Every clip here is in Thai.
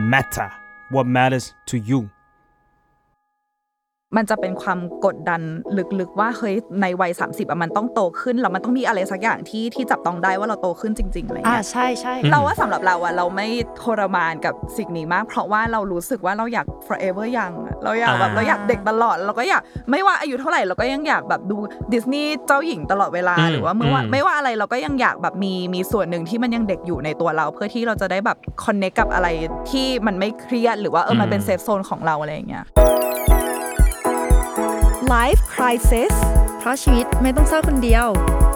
matter what matters to you มันจะเป็นความกดดันลึกๆว่าเฮ้ยในวัย30มันต้องโตขึ้นแล้วมันต้องมีอะไรสักอย่างที่จับต้องได้ว่าเราโตขึ้นจริงๆอะไรเงี้ยใช่ๆเราว่าสำหรับเราเราไม่ทรมานกับสิ่งนี้มากเพราะว่าเรารู้สึกว่าเราอยาก forever young เราอยากแบบเราอยากเด็กตลอดเราก็อยากไม่ว่าอายุเท่าไหร่เราก็ยังอยากแบบดูดิสนีย์เจ้าหญิงตลอดเวลาหรือว่าไม่ว่าอะไรเราก็ยังอยากแบบมีส่วนหนึ่งที่มันยังเด็กอยู่ในตัวเราเพื่อที่เราจะได้แบบคอนเนคกับอะไรที่มันไม่เครียดหรือว่ามันเป็นเซฟโซนของเราอะไรอย่างเงี้ย Life Crisis เพราะชีวิตไม่ต้องเศร้าคนเดียว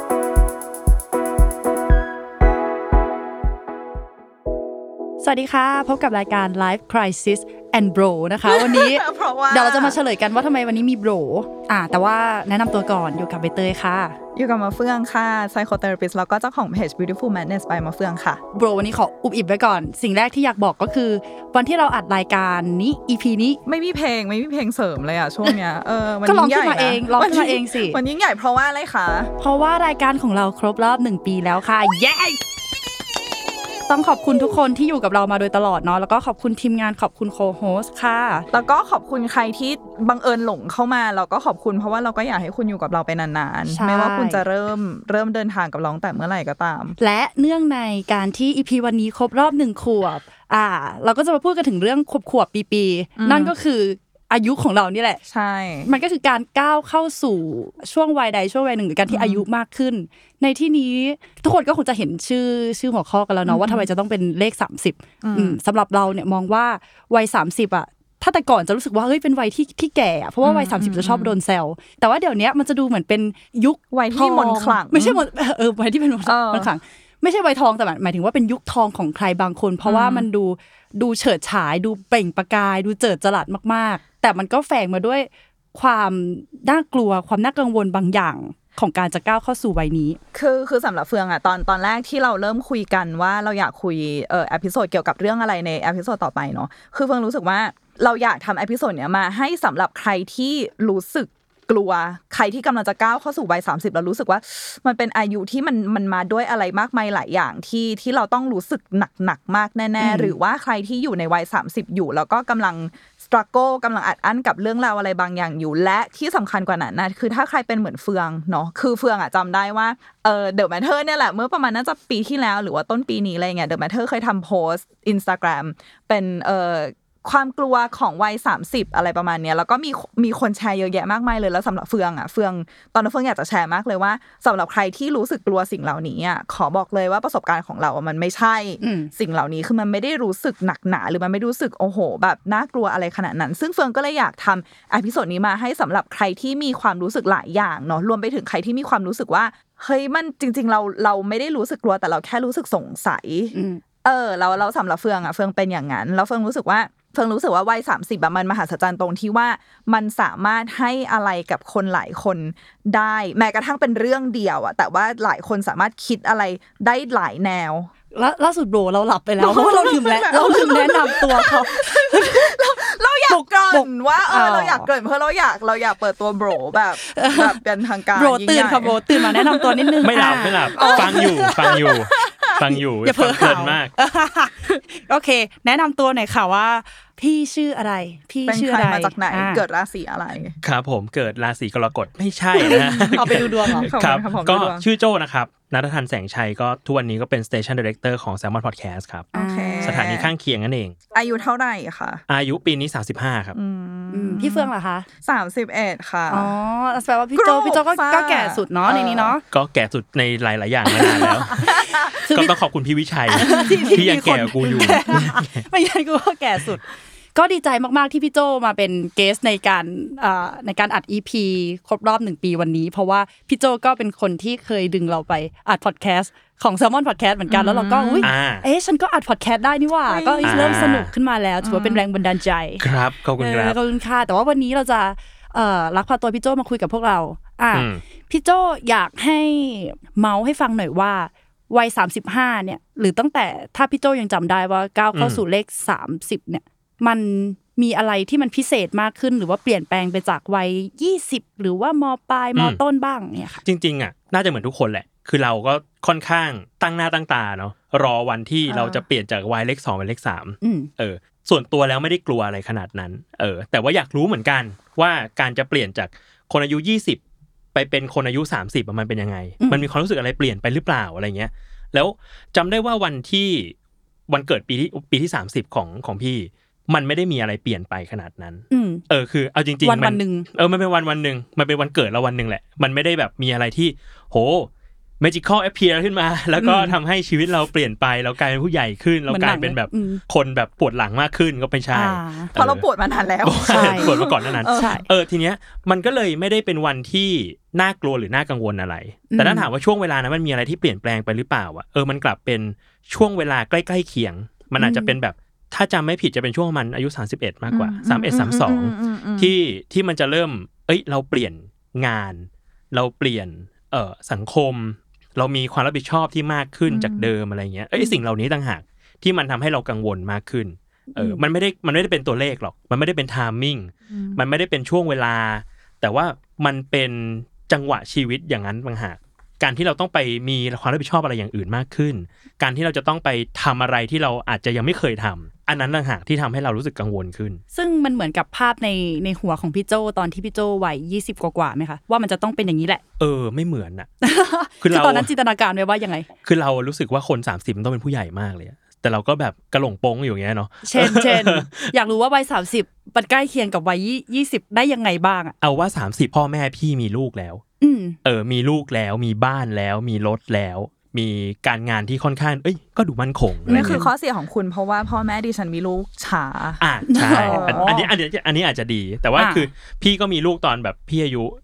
สวัสดีค่ะพบกับรายการ Life Crisis and Bro นะคะวันนี้ เดี๋ยวเราจะมาเฉลยกันว่าทำไมวันนี้มี Bro แต่ว่าแนะนำตัวก่อนอยู่กับใบเตยค่ะอยู่กับมาเฟืองค่ะ Psychotherapist แล้วก็เจ้าของเพจ Beautiful Madness by มาเฟืองค่ะ Bro วันนี้ขออุบอิบไว้ก่อนสิ่งแรกที่อยากบอกก็คือวันที่เราอัดรายการนี้ EP นี้ไม่มีเพลงเสริมเลยช่วงเนี้ยมันก็ร้องขึ้นมาเองร้องขึ้นมาเองสิมันยิ่งใหญ่เพราะว่าอะไรคะเพราะว่ารายการของเราครบรอบ1ปีแล้วค่ะเย้ต้องขอบคุณทุกคนที่อยู่กับเรามาโดยตลอดเนาะแล้วก็ขอบคุณทีมงานขอบคุณโคโฮสต์ค่ะแล้วก็ขอบคุณใครที่บังเอิญหลงเข้ามาเราก็ขอบคุณเพราะว่าเราก็อยากให้คุณอยู่กับเราไปนานๆไม่ว่าคุณจะเริ่มเดินทางกับเราแต่เมื่อไหร่ก็ตามและเนื่องในการที่ EP วันนี้ครบรอบ1ขวบเราก็จะมาพูดกันถึงเรื่องขวบปีนั่นก็คืออายุของเรานี่แหละใช่มันก็คือการก้าวเข้าสู่ช่วงวัยใดช่วงวัยหนึ่งหรือการที่อายุมากขึ้นในที่นี้ทุกคนก็คงจะเห็นชื่อหัวข้อกันแล้วเนาะว่าทำไมจะต้องเป็นเลข30สำหรับเราเนี่ยมองว่าวัย30ถ้าแต่ก่อนจะรู้สึกว่าเฮ้ยเป็นวัยที่แก่เพราะว่าวัย30จะชอบโดนแซวแต่ว่าเดี๋ยวนี้มันจะดูเหมือนเป็นยุควัยที่มนต์ขลังไม่ใช่วัยที่เป็นมนต์ขลังไม่ใช่วัยทองแต่หมายถึงว่าเป็นยุคทองของใครบางคนเพราะว่ามันดูเฉิดฉายดูเปล่งประกายดูเจิดจรัสมากๆแต่มันก็แฝงมาด้วยความน่ากลัวความน่ากังวลบางอย่างของการจะก้าวเข้าสู่วัยนี้คือสำหรับเฟืองตอนแรกที่เราเริ่มคุยกันว่าเราอยากคุยเอพิโซดเกี่ยวกับเรื่องอะไรในเอพิโซดต่อไปเนาะคือเฟืองรู้สึกว่าเราอยากทำเอพิโซดเนี้ยมาให้สำหรับใครที่รู้สึกกลัวใครที่กำลังจะก้าวเข้าสู่วัย30แล้วรู้สึกว่ามันเป็นอายุที่มันมาด้วยอะไรมากมายหลายอย่างที่เราต้องรู้สึกหนักมากแน่ๆหรือว่าใครที่อยู่ในวัย30อยู่แล้วก็กำลังstruggle กำลังอัดอั้นกับเรื่องราวอะไรบางอย่างอยู่และที่สำคัญกว่านั้นนะคือถ้าใครเป็นเหมือนเฟืองเนาะคือเฟืองจำได้ว่าThe Matter เนี่ยแหละเมื่อประมาณน่าจะปีที่แล้วหรือว่าต้นปีนี้อะไรเงี้ย The Matter เคยทำโพสต์ Instagram เป็นความกลัวของวัย30อะไรประมาณเนี้ยแล้วก็มีคนแชร์เยอะแยะมากมายเลยแล้วสำหรับเฟืองตอนนั้นเฟืองอยากจะแชร์มากเลยว่าสำหรับใครที่รู้สึกกลัวสิ่งเหล่านี้ขอบอกเลยว่าประสบการณ์ของเรามันไม่ใช่สิ่งเหล่านี้คือมันไม่ได้รู้สึกหนักหนาหรือมันไม่รู้สึกโอ้โหแบบน่ากลัวอะไรขนาดนั้นซึ่งเฟืองก็เลยอยากทำเอพิโซดนี้มาให้สำหรับใครที่มีความรู้สึกหลายอย่างเนาะรวมไปถึงใครที่มีความรู้สึกว่าเฮ้ยมันจริงๆเราไม่ได้รู้สึกกลัวแต่เราแค่รู้สึกสงสัยเราสำหรับเฟืองเป็นอย่างนั้นแล้วเฟืองรู้สึกว่าวัย30มันมหัศจรรย์ตรงที่ว่ามันสามารถให้อะไรกับคนหลายคนได้แม้กระทั่งเป็นเรื่องเดียวแต่ว่าหลายคนสามารถคิดอะไรได้หลายแนวล่าสุดโบเราหลับไปแล้วเพราะเราลืมแนะนำตัวเขาเราอยากเกริ่นว่าเราอยากเกริ่นเพราะเราอยากเปิดตัวโบแบบเป็นทางการโบตื่นค่ะโบตื่นมาแนะนำตัวนิดนึงไม่หลับฟังอยู่อย่าเพิ่งเพลินมากโอเคแนะนำตัวหน่อยค่ะว่าพี่ชื่ออะไรพี่ชื่ออะไรมาจากไหนเกิดราศีอะไรครับผมเกิดราศีกรกฎไม่ใช่นะเอาไปดูดวงเหรอครับก็ชื่อโจ้นะครับณัฐทันแสงชัยก็ทุกวันนี้ก็เป็น Station Director ของ Salmon Podcast ครับสถานีข้างเคียงนั่นเองอายุเท่าไหร่คะอายุปีนี้35ครับพี่เฟืองเหรอคะ 31ค่ะอ๋อแปลว่าพี่โจ้ก็แก่สุดเนาะในนี้เนาะก็แก่สุดในหลายๆอย่างมานานแล้วก็ต้องขอบคุณพี่วิชัยที่ยังแก่กว่ากูอยู่ไม่ใช่กูก็แก่สุดก็ดีใจมากๆที่พี่โจมาเป็นเกสในการอัด EP ครบรอบ1ปีวันนี้เพราะว่าพี่โจก็เป็นคนที่เคยดึงเราไปอัดพอดแคสต์ของ Salmon Podcast เหมือนกันแล้วเราก็ฉันก็อัดพอดแคสต์ได้นี่หว่าก็เริ่มสนุกขึ้นมาแล้วถือว่าเป็นแรงบันดาลใจครับขอบคุณครับขอบคุณค่ะแต่ว่าวันนี้เราจะลักพาตัวพี่โจมาคุยกับพวกเราพี่โจอยากให้เมาส์ให้ฟังหน่อยว่าวัย35เนี่ยหรือตั้งแต่ถ้าพี่โจยังจำได้ว่าก้าวเข้าสู่เลข30เนี่ยมันมีอะไรที่มันพิเศษมากขึ้นหรือว่าเปลี่ยนแปลงไปจากวัย20หรือว่าม.ปลายม.ต้นบ้างเนี่ยค่ะจริงๆน่าจะเหมือนทุกคนแหละคือเราก็ค่อนข้างตั้งหน้าตั้งตาเนาะรอวันที่เราจะเปลี่ยนจากวัยเลข2เป็นเลข3 ส่วนตัวแล้วไม่ได้กลัวอะไรขนาดนั้นแต่ว่าอยากรู้เหมือนกันว่าการจะเปลี่ยนจากคนอายุ20ไปเป็นคนอายุ30มันเป็นยังไงมันมีความรู้สึกอะไรเปลี่ยนไปหรือเปล่าอะไรเงี้ยแล้วจำได้ว่าวันเกิดปีที่30ของพี่มันไม่ได้มีอะไรเปลี่ยนไปขนาดนั้นคือเอาจริงๆวันนึงมันเป็นวันนึงมันเป็นวันเกิดเราวันนึงแหละมันไม่ได้แบบมีอะไรที่โหmagical appear ขึ้นมาแล้วก็ทำให้ชีวิตเราเปลี่ยนไปเรากลายเป็นผู้ใหญ่ขึ้นเรากลายเป็นแบบคนแบบปวดหลังมากขึ้นก็ไม่ใช่เพราะเราปวดมานานแล้วใช่ปวดมาก่อนนั้นทีเนี้ยมันก็เลยไม่ได้เป็นวันที่น่ากลัวหรือน่ากังวลอะไรแต่ถ้าถามว่าช่วงเวลานั้นมันมีอะไรที่เปลี่ยนแปลงไปหรือเปล่ามันกลับเป็นช่วงเวลาใกล้ๆเคียงมันอาจจะเป็นแบบถ้าจำไม่ผิดจะเป็นช่วงมันอายุ31มากกว่า31 32ที่มันจะเริ่มเราเปลี่ยนงานเราเปลี่ยนสังคมเรามีความรับผิดชอบที่มากขึ้นจากเดิมอะไรเงี้ยสิ่งเหล่านี้ต่างหากที่มันทำให้เรากังวลมากขึ้นมันไม่ได้เป็นตัวเลขหรอกมันไม่ได้เป็นไทมิ่งมันไม่ได้เป็นช่วงเวลาแต่ว่ามันเป็นจังหวะชีวิตอย่างนั้นต่างหากการที่เราต้องไปมีความรับผิดชอบอะไรอย่างอื่นมากขึ้นการที่เราจะต้องไปทำอะไรที่เราอาจจะยังไม่เคยทำอันนั้นต่างหากที่ทำให้เรารู้สึกกังวลขึ้นซึ่งมันเหมือนกับภาพในหัวของพี่โจตอนที่พี่โจวัย20กว่าๆมั้ยคะว่ามันจะต้องเป็นอย่างนี้แหละไม่เหมือนน่ะคือตอนนั้นจินตนาการไว้ว่ายังไงคือเรารู้สึกว่าคน30มันต้องเป็นผู้ใหญ่มากเลยแต่เราก็แบบกระหล่งโป้งอยู่อย่างเงี้ยเนาะเช่น อยากรู้ว่าวัย30มันใกล้เคียงกับวัย20ได้ยังไงบ้างเอาว่า30พ่อแม่พี่มีลูกแล้วมีลูกแล้วมีบ้านแล้วมีรถแล้วมีการงานที่ค่อนข้างก็ดูมั่นคงนี่คือข้อเสียของคุณเพราะว่าพ่อแม่ดิฉันมีลูกช้าใช่อันนี้อาจจะดีแต่ว่าคือพี่ก็มีลูกตอนแบบพี่อายุ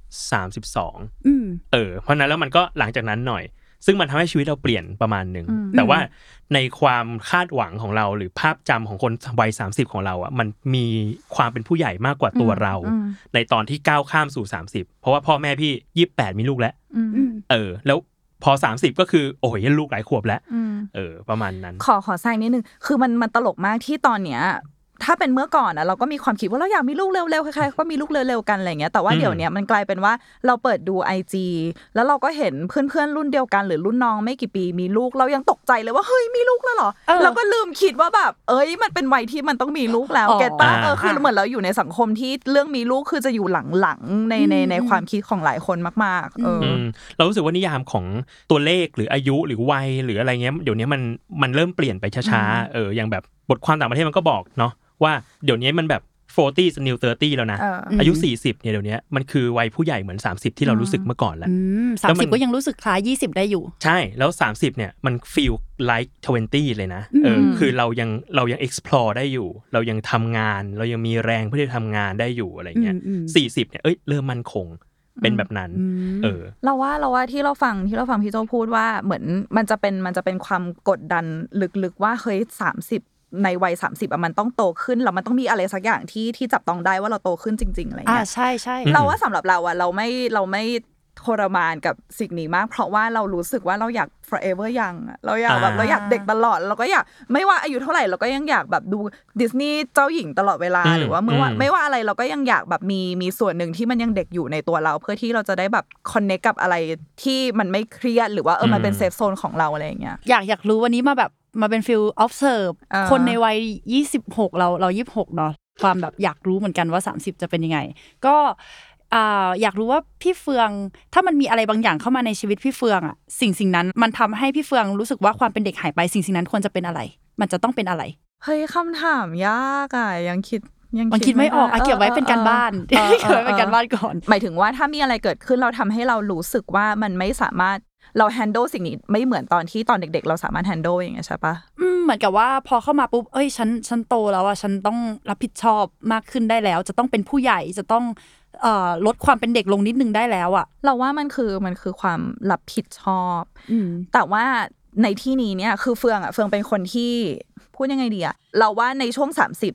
32เพราะนั้นแล้วมันก็หลังจากนั้นหน่อยซึ่งมันทำให้ชีวิตเราเปลี่ยนประมาณนึงแต่ว่าในความคาดหวังของเราหรือภาพจำของคนวัย30ของเรามันมีความเป็นผู้ใหญ่มากกว่าตัวเราในตอนที่ก้าวข้ามสู่30เพราะว่าพ่อแม่พี่28มีลูกแล้วแล้วพอ30ก็คือโอ้ยลูกหลายขวบแล้วประมาณนั้นขอแซงนิดนึงคือมันตลกมากที่ตอนเนี้ยถ้าเป็นเมื่อก่อนเราก็มีความคิดว่าเราอยากมีลูกเร็วๆใครๆก็มีลูกเร็วๆกันอะไรเงี้ยแต่ว่าเดี๋ยวนี้มันกลายเป็นว่าเราเปิดดู IG แล้วเราก็เห็นเพื่อนๆรุ่นเดียวกันหรือรุ่นน้องไม่กี่ปีมีลูกเรายังตกใจเลยว่าเฮ้ยมีลูกแล้วเหรอเราก็ลืมคิดว่าแบบมันเป็นวัยที่มันต้องมีลูกแล้วเก็ตป่ะคือเหมือนเราอยู่ในสังคมที่เรื่องมีลูกคือจะอยู่หลังๆในความคิดของหลายคนมากๆเรารู้สึกว่านิยามของตัวเลขหรืออายุหรือวัยหรืออะไรเงี้ยเดี๋ยวนี้มันเริ่มเปลี่ยนไปช้าๆอย่างแบบบทความต่างประเทศมันก็บอกเนาะว่าเดี๋ยวนี้มันแบบ40 is new 30แล้วนะอายุ40เนี่ยเดี๋ยวนี้มันคือวัยผู้ใหญ่เหมือน30ที่เรารู้สึกเมื่อก่อนแล้ว 30ก็ยังรู้สึกคล้าย20ได้อยู่ใช่แล้ว30เนี่ยมัน feel like 20เลยนะคือเรายัง explore ได้อยู่เรายังทำงานเรายังมีแรงเพื่อที่ทำงานได้อยู่อะไรเงี้ย40เนี่ยเริ่มมั่นคงเป็นแบบนั้นเราว่าที่เราฟังพี่โจพูดว่าเหมือนมันจะเป็นความกดดันลึกๆว่าเฮ้ย30ในวัย30มันต้องโตขึ้นแล้วมันต้องมีอะไรสักอย่างที่จับต้องได้ว่าเราโตขึ้นจริงๆอะไรเงี้ยใช่ๆเราว่าสำหรับเราเราไม่ทรมานกับสิ่งนี้มากเพราะว่าเรารู้สึกว่าเราอยาก forever ยังเราอยากแบบเราอยากเด็กตลอดเราก็อยากไม่ว่าอายุเท่าไหร่เราก็ยังอยากแบบดูดิสนีย์เจ้าหญิงตลอดเวลาหรือว่าไม่ว่าอะไรเราก็ยังอยากแบบมีส่วนหนึ่งที่มันยังเด็กอยู่ในตัวเราเพื่อที่เราจะได้แบบ connect กับอะไรที่มันไม่เครียดหรือว่ามันเป็นเซฟโซนของเราอะไรอย่างเงี้ยอยากรู้วันนี้มาเป็นฟิล observe คนในวัย26เรา26เนาะความแบบอยากรู้เหมือนกันว่า30จะเป็นยังไงก็อยากรู้ว่าพี่เฟืองถ้ามันมีอะไรบางอย่างเข้ามาในชีวิตพี่เฟืองสิ่งนั้นมันทำให้พี่เฟืองรู้สึกว่าความเป็นเด็กหายไปสิ่งนั้นควรจะเป็นอะไรมันจะต้องเป็นอะไรเฮ้ยคำถามยากยังคิดไม่ออกเก็บไว้เป็นการบ้านเก็บไว้เป็นการบ้านก่อนหมายถึงว่าถ้ามีอะไรเกิดขึ้นเราทำให้เรารู้สึกว่ามันไม่สามารถเรา handle สิ่งนี้ไม่เหมือนตอนเด็กๆเราสามารถ handle อย่างเงี้ยใช่ปะเหมือนกับว่าพอเข้ามาปุ๊บฉันโตแล้วฉันต้องรับผิดชอบมากขึ้นได้แล้วจะต้องเป็นผู้ใหญ่จะต้องลดความเป็นเด็กลงนิดนึงได้แล้วเราว่ามันคือความรับผิดชอบแต่ว่าในที่นี้เนี่ยคือเฟืองเป็นคนที่พูดยังไงดีเราว่าในช่วง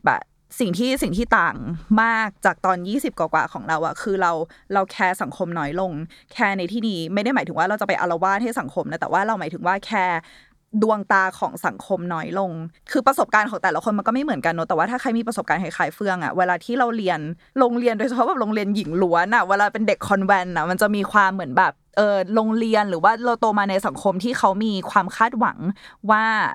30สิ่งที่ต่างมากจากตอน20กว่าของเราคือเราแคร์สังคมน้อยลงแคร์ในที่นี้ไม่ได้หมายถึงว่าเราจะไปอาละวาดให้สังคมนะแต่ว่าเราหมายถึงว่าแคร์ดวงตาของสังคมน้อยลงคือประสบการณ์ของแต่ละคนมันก็ไม่เหมือนกันเนอะแต่ว่าถ้าใครมีประสบการณ์คล้ายๆเฟืองเวลาที่เราเรียนโรงเรียนโดยเฉพาะแบบโรงเรียนหญิงล้วนเวลาเป็นเด็กคอนแวนต์มันจะมีความเหมือนแบบโรงเรียนหรือว่าเราโตมาในสังคมที่เขามีความคาดหวังว่า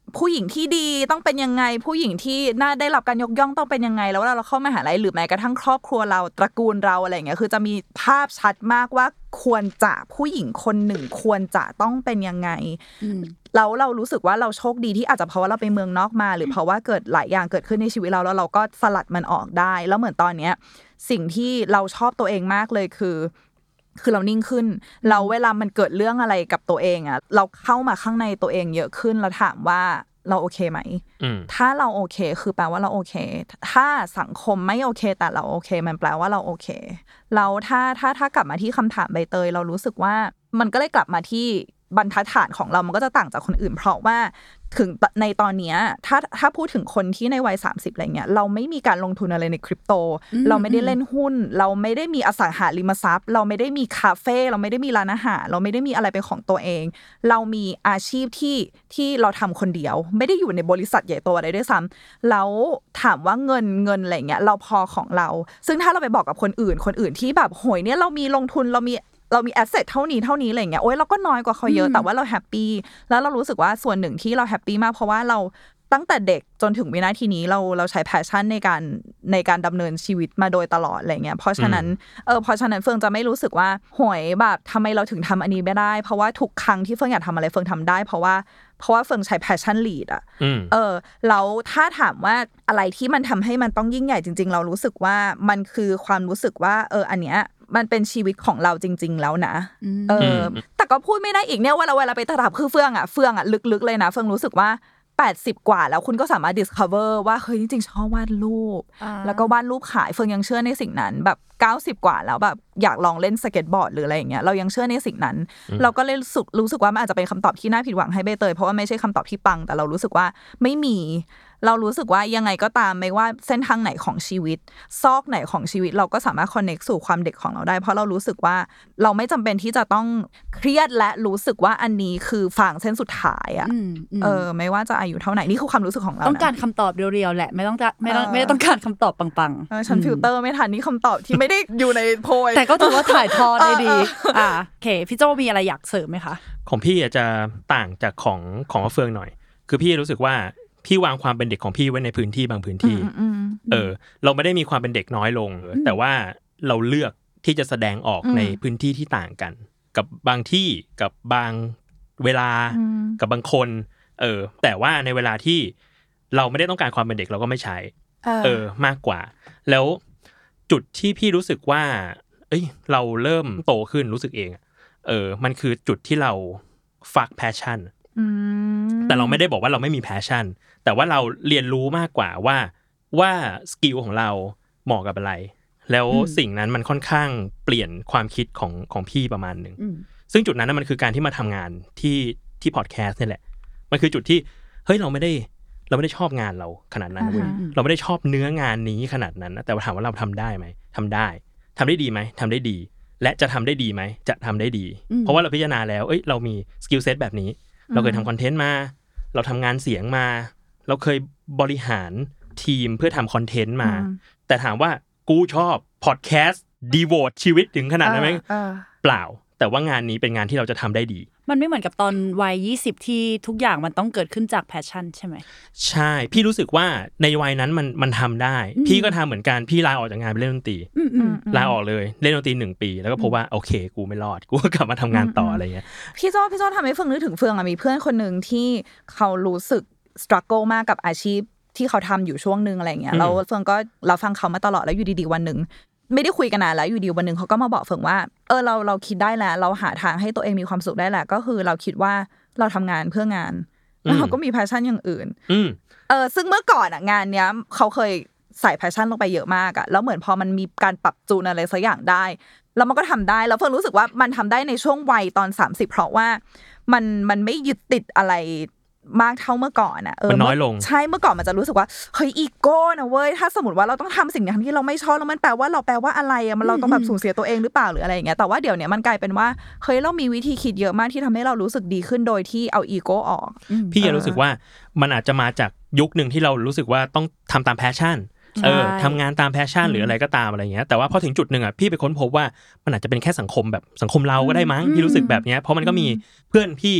ผู้หญิงที่ดีต้องเป็นยังไงผู้หญิงที่น่าได้รับการยกย่องต้องเป็นยังไงแล้วเราเข้ามหาลัยหรือแม้กระทั่งครอบครัวเราตระกูลเราอะไรอย่างเงี้ยคือจะมีภาพชัดมากว่าควรจะผู้หญิงคนหนึ่งควรจะต้องเป็นยังไงแล้วเรารู้สึกว่าเราโชคดีที่อาจจะเพราะว่าเราไปเมืองนอกมาหรือเพราะว่าเกิดหลายอย่างเกิดขึ้นในชีวิตเราแล้วเราก็สลัดมันออกได้แล้วเหมือนตอนเนี้ยสิ่งที่เราชอบตัวเองมากเลยคือเรานิ่งขึ้นเราเวลามันเกิดเรื่องอะไรกับตัวเองอ่ะเราเข้ามาข้างในตัวเองเยอะขึ้นแล้วถามว่าเราโอเคไหมถ้าเราโอเคคือแปลว่าเราโอเคถ้าสังคมไม่โอเคแต่เราโอเคมันแปลว่าเราโอเคแล้วถ้ากลับมาที่คำถามใบเตยเรารู้สึกว่ามันก็เลยกลับมาที่บรรทัดฐานของเรามันก็จะต่างจากคนอื่นเพราะว่าถึงในตอนนี้ถ้าพูดถึงคนที่ในวัย30อะไรเงี้ยเราไม่มีการลงทุนอะไรในคริปโตเราไม่ได้เล่นหุ้นเราไม่ได้มีอสังหาริมทรัพย์เราไม่ได้มีคาเฟ่เราไม่ได้มีร้านอาหารเราไม่ได้มีอะไรเป็นของตัวเองเรามีอาชีพที่เราทำคนเดียวไม่ได้อยู่ในบริษัทใหญ่โตอะไรด้วยซ้ำแล้วถามว่าเงินอะไรเงี้ยเราพอของเราซึ่งถ้าเราไปบอกกับคนอื่นที่แบบโหยเนี่ยเรามีลงทุนเรามีแอสเซทเท่านี้อะไรอย่างเงี้ยโอ๊ยเราก็น้อยกว่าเขาเยอะแต่ว่าเราแฮปปี้แล้วเรารู้สึกว่าส่วนหนึ่งที่เราแฮปปี้มากเพราะว่าเราตั้งแต่เด็กจนถึงวินาทีนี้เราใช้แพชชั่นในการดำเนินชีวิตมาโดยตลอดอะไรเงี้ยเพราะฉะนั้นเฟืองจะไม่รู้สึกว่าโหยแบบทำไมเราถึงทำอันนี้ไม่ได้เพราะว่าทุกครั้งที่เฟืองอยากทำอะไรเฟืองทำได้เพราะว่าเฟืองใช้แพชชั่นลีดอ่ะแล้วถ้าถามว่าอะไรที่มันทำให้มันต้องยิ่งใหญ่จริงๆเรารู้สึกว่ามันคือความรู้สึกว่าอันเนี้ยมันเป็นชีวิตของเราจริงๆแล้วนะแต่ก็พูดไม่ได้อีกเนี่ยว่าเวลาไปตลาดคือเฟืองอ่ะลึกๆเลยนะเฟืองรู้สึกว่า80กว่าแล้วคุณก็สามารถ discover ว่าเฮ้ยจริงๆชอบวาดรูปแล้วก็วาดรูปขายเฟืองยังเชื่อในสิ่งนั้นแบบ90กว่าแล้วแบบอยากลองเล่นสเก็ตบอร์ดหรืออะไรอย่างเงี้ยเรายังเชื่อในสิ่งนั้นเราก็เลยรู้สึกว่ามันอาจจะเป็นคำตอบที่น่าผิดหวังให้ใบเตยเพราะว่าไม่ใช่คำตอบที่ปังแต่เรารู้สึกว่าไม่มีเรารู้สึกว่ายังไงก็ตามไม่ว่าเส้นทางไหนของชีวิตซอกไหนของชีวิตเราก็สามารถ connect สู่ความเด็กของเราได้เพราะเรารู้สึกว่าเราไม่จำเป็นที่จะต้องเครียดและรู้สึกว่าอันนี้คือฝั่งเส้นสุดท้ายอ่ะไม่ว่าจะอายุเท่าไหร่นี่คือความรู้สึกของเราต้องการคำตอบเรียวๆแหละไม่ได้ต้องการคำตอบปังๆฉันฟิลเตอร์ไม่ทันนี่คำตอบที่ไม่ได้อยู่ในโพยแต่ก็ถือว่าถ่ายทอดได้ดีโอเคพี่โจมีอะไรอยากเสริมไหมคะของพี่อาจจะต่างจากของเฟืองหน่อยคือพี่รู้สึกว่าพี่วางความเป็นเด็กของพี่ไว้ในพื้นที่บางพื้นที่เราไม่ได้มีความเป็นเด็กน้อยลงแต่ว่าเราเลือกที่จะแสดงออกในพื้นที่ที่ต่างกันกับบางที่กับบางเวลากับบางคนแต่ว่าในเวลาที่เราไม่ได้ต้องการความเป็นเด็กเราก็ไม่ใช้มากกว่าแล้วจุดที่พี่รู้สึกว่าเราเริ่มโตขึ้นรู้สึกเองมันคือจุดที่เราฟักแพชชั่นแต่เราไม่ได้บอกว่าเราไม่มีแพชชั่นแต่ว่าเราเรียนรู้มากกว่าว่าสกิลของเราเหมาะกับอะไรแล้วสิ่งนั้นมันค่อนข้างเปลี่ยนความคิดของพี่ประมาณนึงซึ่งจุดนั้นมันคือการที่มาทำงานที่พอดแคสต์นี่แหละมันคือจุดที่เฮ้ยเราไม่ได้ชอบงานเราขนาดนั้นเว้ยเราไม่ได้ชอบเนื้องานนี้ขนาดนั้นแต่ว่าถามว่าเราทำได้ไหมทำได้ดีไหมทำได้ดีและจะทำได้ดีไหมจะทำได้ดีเพราะว่าเราพิจารณาแล้วเรามีสกิลเซ็ตแบบนี้เราเคยทำคอนเทนต์มาเราทำงานเสียงมาเราเคยบริหารทีมเพื่อทำคอนเทนต์มาแต่ถามว่ากูชอบพอดแคสต์ดีโวทชีวิตถึงขนาดนั้นไหมเปล่าแต่ว่างานนี้เป็นงานที่เราจะทำได้ดีมันไม่เหมือนกับตอนวัย20ที่ทุกอย่างมันต้องเกิดขึ้นจากแพชชั่นใช่ไหมใช่พี่รู้สึกว่าในวัยนั้นมันทำได้พี่ก็ทำเหมือนกันพี่ลาออกจากงานไปเล่นดนตรีลาออกเลยเล่นดนตรี1 ปีแล้วก็พบว่าโอเคกูไม่รอดกูก็กลับมาทำงานต่ออะไรเงี้ยพี่โจ้ทำให้เฟืองนึกถึงเฟืองมีเพื่อนคนนึงที่เขารู้สึกสตรักเกิลมากกับอาชีพที่เขาทำอยู่ช่วงนึงอะไรเงี้ยแล้วเฟืองก็เราฟังเขามาตลอดแล้วอยู่ดีๆวันนึงไม่ได้คุยกันนานแล้วอยู่ดีวันนึงเขาก็มาบอกเฟืองว่าเราคิดได้แล้วเราหาทางให้ตัวเองมีความสุขได้แหละก็คือเราคิดว่าเราทำงานเพื่องานแล้วเขาก็มีแพชชั่นอย่างอื่นซึ่งเมื่อก่อนงานเนี้ยเขาเคยใส่แพชชั่นลงไปเยอะมากแล้วเหมือนพอมันมีการปรับจูนอะไรสักอย่างได้แล้วมันก็ทำได้แล้วเฟืองรู้สึกว่ามันทำได้ในช่วงวัยตอน30เพราะว่ามันไม่ยึดติดอะไรมากเท่าเมื่อก่อนอ่ะมันน้อยลงใช่เมื่อก่อนมันจะรู้สึกว่าเฮ้ยอีโก้นะเว้ยถ้าสมมติว่าเราต้องทำสิ่งที่เราไม่ชอบแล้วมันแปลว่าอะไรอ่ะมันเราต้องแบบสูญเสียตัวเองหรือเปล่าหรืออะไรอย่างเงี้ยแต่ว่าเดี๋ยวนี้มันกลายเป็นว่าเฮ้ยเรามีวิธีคิดเยอะมากที่ทำให้เรารู้สึกดีขึ้นโดยที่เอาอีโก้ออกพี่รู้สึกว่ามันอาจจะมาจากยุคนึงที่เรารู้สึกว่าต้องทำตามแพชชั่นทำงานตามแพชชั่นหรืออะไรก็ตามอะไรเงี้ยแต่ว่าพอถึงจุดนึงอ่ะพี่ไปค้นพบว่ามันอาจจะเป็นแค่สังคมแบบสังคมเราก็ได้มั้งพี่รู้สึกแบบเนี้ยเพราะมันก็มีเพื่อนพี่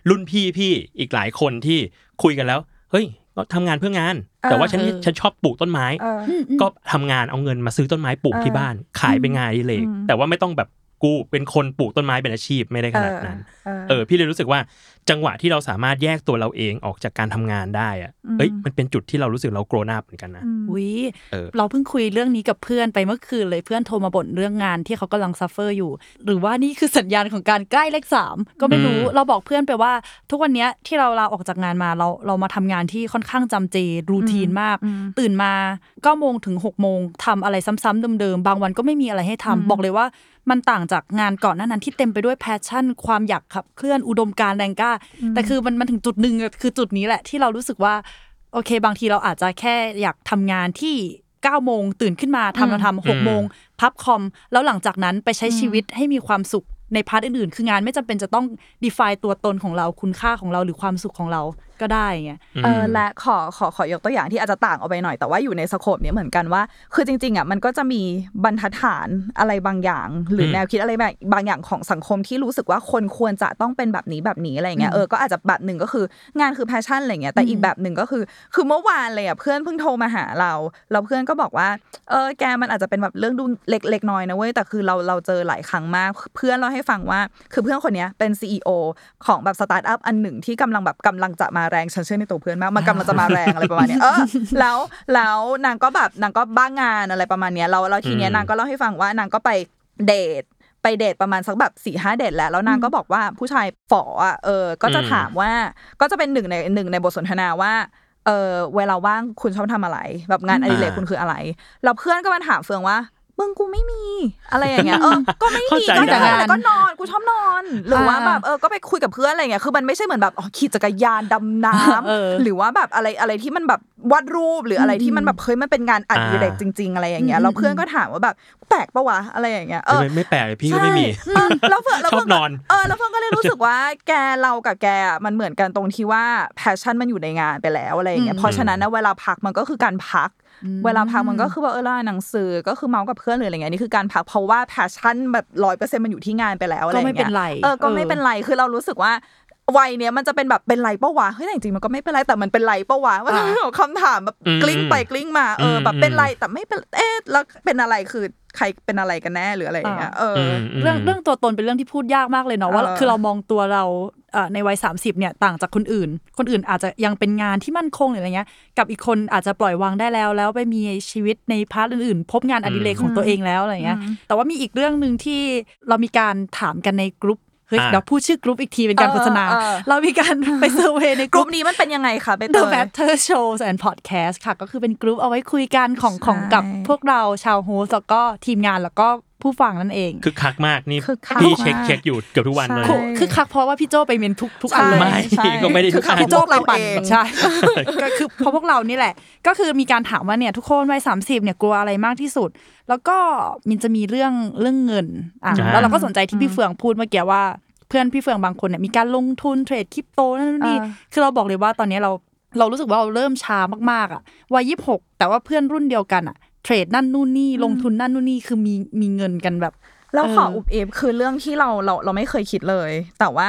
รุ่นพี่อีกหลายคนที่คุยกันแล้วเฮ้ยก็ทำงานเพื่องานแต่ว่าฉันชอบปลูกต้นไม้ก็ทำงานเอาเงินมาซื้อต้นไม้ปลูกที่บ้านขายเป็นงานอดิเรกแต่ว่าไม่ต้องแบบกูเป็นคนปลูกต้นไม้เป็นอาชีพไม่ได้ขนาดนั้นพี่เลยรู้สึกว่าจังหวะที่เราสามารถแยกตัวเราเองออกจากการทำงานได้อ่ะมันเป็นจุดที่เรารู้สึกเราโกรธเหมือนกันนะเราเพิ่งคุยเรื่องนี้กับเพื่อนไปเมื่อคืนเลยเพื่อนโทรมาบ่นเรื่องงานที่เขากำลังซัฟเฟอร์อยู่หรือว่านี่คือสัญญาณของการใกล้เลข3ก็ไม่รู้เราบอกเพื่อนไปว่าทุกวันนี้ที่เราลาออกจากงานมาเรามาทำงานที่ค่อนข้างจำเจรูทีนมากตื่นมา9 โมงถึง6 โมงทำอะไรซ้ำๆเดิมๆบางวันก็ไม่มีอะไรให้ทำบอกเลยว่ามันต่างจากงานก่อนหน้านั้นที่เต็มไปด้วยแพชชั่นความอยากขับเคลื่อนอุดมการณ์แรงกล้าแต่คือมันถึงจุดนึงคือจุดนี้แหละที่เรารู้สึกว่าโอเคบางทีเราอาจจะแค่อยากทำงานที่9 โมงตื่นขึ้นมาทำ6 โมงพับคอมแล้วหลังจากนั้นไปใช้ชีวิตให้มีความสุขในพาร์ทอื่นๆคืองานไม่จำเป็นจะต้อง define ตัวตนของเราคุณค่าของเราหรือความสุขของเราก็ได้ไงและขอยกตัวอย่างที่อาจจะต่างออกไปหน่อยแต่ว่าอยู่ในสโคปนี้เหมือนกันว่าคือจริงๆอ่ะมันก็จะมีบรรทัดฐานอะไรบางอย่างหรือแนวคิดอะไรบางอย่างของสังคมที่รู้สึกว่าคนควรจะต้องเป็นแบบนี้อะไรเงี้ยก็อาจจะแบบหนึ่งก็คืองานคือแพชชั่นอะไรเงี้ยแต่อีกแบบหนึ่งก็คือเมื่อวานเลยอ่ะเพื่อนเพิ่งโทรมาหาเราแล้วเพื่อนก็บอกว่าแกมันอาจจะเป็นแบบเรื่องดูเล็กๆน้อยนะเว้ยแต่คือเราเจอหลายครั้งมากเพื่อนเล่าให้ฟังว่าคือเพื่อนคนนี้เป็น CEO ของแบบสตาร์ทอัพอันหนึ่งที่กำลังจะมาแรงฉันเชื่อในตัวเพื่อนมากมันกำลังจะมาแรงอะไรประมาณนี้แล้วนางก็บ้างานอะไรประมาณนี้แล้วทีเนี้ยนางก็เล่าให้ฟังว่านางก็ไปเดทประมาณสักแบบ 4-5 เดทแล้วนางก็บอกว่าผู้ชายฝออ่ะก็จะถามว่าก็จะเป็นหนึ่งในบทสนทนาว่าเวลาว่างคุณชอบทำอะไรแบบงานอดิเรกคุณคืออะไรแล้วเพื่อนก็มาถามเฟืองว่ามึงกูไม่มีอะไรอย่างเงี้ยก็ไม่มีก็แต่งานก็นอนกูชอบนอนหรือว่าแบบก็ไปคุยกับเพื่อนอะไรเงี้ยคือมันไม่ใช่เหมือนแบบขี่จักรยานดำน้ำหรือว่าแบบอะไรที่มันแบบวาดรูปหรืออะไรที่มันแบบเฮ้ยมันเป็นงานอดิเรกจริงๆอะไรอย่างเงี้ยแล้วเพื่อนก็ถามว่าแบบแปลกปะวะอะไรอย่างเงี้ยไม่แปลกเลยพี่ก็ไม่มีแล้วเพื่อนชอบนอนแล้วเพื่อนก็เลยรู้สึกว่าแกเรากับแกมันเหมือนกันตรงที่ว่าแพชชั่นมันอยู่ในงานไปแล้วอะไรอย่างเงี้ยเพราะฉะนั้นนะเวลาพักมันก็คือการพักเวลาพักมันก็คือว่าอ่านหนังสือก็คือเมาส์กับเพื่อนหรืออะไรเงี้ยนี่คือการพักเพราะว่าแพชชั่นแบบ 100% มันอยู่ที่งานไปแล้วอะไรเงี้ยก็ไม่เป็นไรคือเรารู้สึกว่าวัยเนี้ยมันจะเป็นแบบเป็นไรปะวะเฮ้ยแต่จริงๆมันก็ไม่เป็นไรแต่มันเป็นไรปะวะว่าคำถามแบบกลิ้งไปกลิ้งมาแบบเป็นไรแต่ไม่เป็นแล้วเป็นอะไรคือใครเป็นอะไรกันแน่หรืออะไรอย่างเงี้ยเรื่องตัวตนเป็นเรื่องที่พูดยากมากเลยเนาะว่าคือเรามองตัวเราในวัย30เนี่ยต่างจากคนอื่นอาจจะยังเป็นงานที่มั่นคงหรืออะไรเงี้ยกับอีกคนอาจจะปล่อยวางได้แล้วไปมีชีวิตในพาร์ทอื่นๆพบงานอดิเรกของตัวเองแล้วอะไรเงี้ยแต่ว่ามีอีกเรื่องนึงที่เรามีการถามกันในกลุ่มเดี๋ยวพูดชื่อกลุ่มอีกทีเป็นการโฆษณาเรามีการไปเซอร์เวย์ในกลุ่มนี้มันเป็นยังไงคะไปเตย The Matter Shows and Podcast ค่ะก็คือเป็นกลุ่มเอาไว้คุยกันของกับพวกเราชาวโฮสต์แล้วก็ทีมงานแล้วก็ผู้ฟังนั่นเองคือคักมากนี่พี่เช็คอยู่เกือบทุกวันเลยคือคักเพราะว่าพี่โจไปเมนทุกอันเลยไม่ก็ไม่ได้ทุกอันพี่โจไปปั่นใช่ก็คือเพราะพวกเรานี่แหละก็คือมีการถามว่าเนี่ยทุกคนวัย30เนี่ยกลัวอะไรมากที่สุดแล้วก็มันจะมีเรื่องเงินแล้วเราก็สนใจที่พี่เฟืองพูดเมื่อกี้ว่าเพื่อนพี่เฟืองบางคนเนี่ยมีการลงทุนเทรดคริปโตนั่นนี่คือเราบอกเลยว่าตอนนี้เรารู้สึกว่าเราเริ่มช้ามากๆอ่ะวัย26แต่ว่าเพื่อนรุ่นเดียวกันอ่ะเทรดนั่นนู่นนี่ลงทุนนั่นนู่นนี่คือมีเงินกันแบบแล้วขออุบเอฟคือเรื่องที่เราไม่เคยคิดเลยแต่ว่า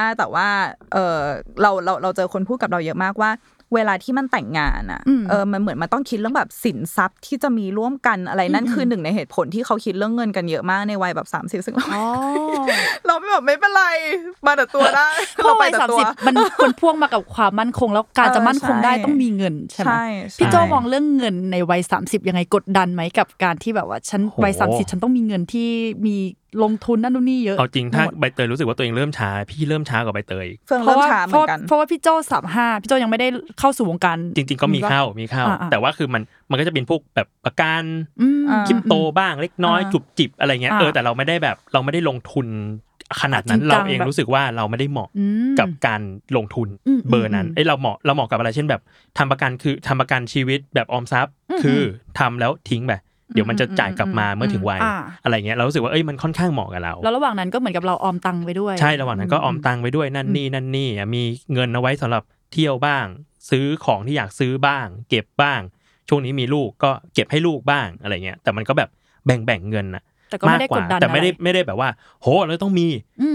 เราเจอคนพูดกับเราเยอะมากว่าเวลาที่มันแต่งงานอ่ะมันเหมือนมันต้องคิดเรื่องแบบสินทรัพย์ที่จะมีร่วมกันอะไรนั่นคือหนึ่งในเหตุผลที่เขาคิดเรื่องเงินกันเยอะมากในวัยแบบ30ซึ่งเราไม่แบบไม่เป็นไรมาแต่ตัวได้เราไปแต่ตัวมันควรพ่วงมากับความมั่นคงแล้วการจะมั่นคงได้ต้องมีเงินใช่ไหมพี่โจมองเรื่องเงินในวัย30ยังไงกดดันไหมกับการที่แบบว่าฉันวัย30ฉันต้องมีเงินที่มีลงทุนนั่นนู่นนี่เยอะเอาจริงถ้าใบเตยรู้สึกว่าตัวเองเริ่มช้าพี่เริ่มช้ากว่าใบเตยเพราะว่าพี่โจ35พี่โจยังไม่ได้เข้าสู่วงการจริงๆก็มีเข้าแต่ว่าคือมันก็จะเป็นพวกแบบประกันคริปโตบ้างเล็กน้อยจุบจิบอะไรเงี้ยแต่เราไม่ได้ลงทุนขนาดนั้นเราเองรู้สึกว่าเราไม่ได้เหมาะกับการลงทุนเบอร์นั้นเราเหมาะกับอะไรเช่นแบบทำประกันชีวิตแบบออมทรัพย์คือทำแล้วทิ้งไปเดี๋ยวมันจะจ่ายกลับมาเมื่อถึงวัยอะไรเงี้ยเรารู้สึกว่ามันค่อนข้างเหมาะกับเราแล้วระหว่างนั้นก็เหมือนกับเราออมตังค์ไปด้วยใช่ระหว่างนั้นก็ออมตังค์ไปด้วยนั่นนี่มีเงินเอาไว้สำหรับเที่ยวบ้างซื้อของที่อยากซื้อบ้างเก็บบ้างช่วงนี้มีลูกก็เก็บให้ลูกบ้างอะไรเงี้ยแต่มันก็แบบแบ่งเงินนะแต่ก็ไม่ได้กดดันแต่ไม่ได้แบบว่าโหเราต้องมี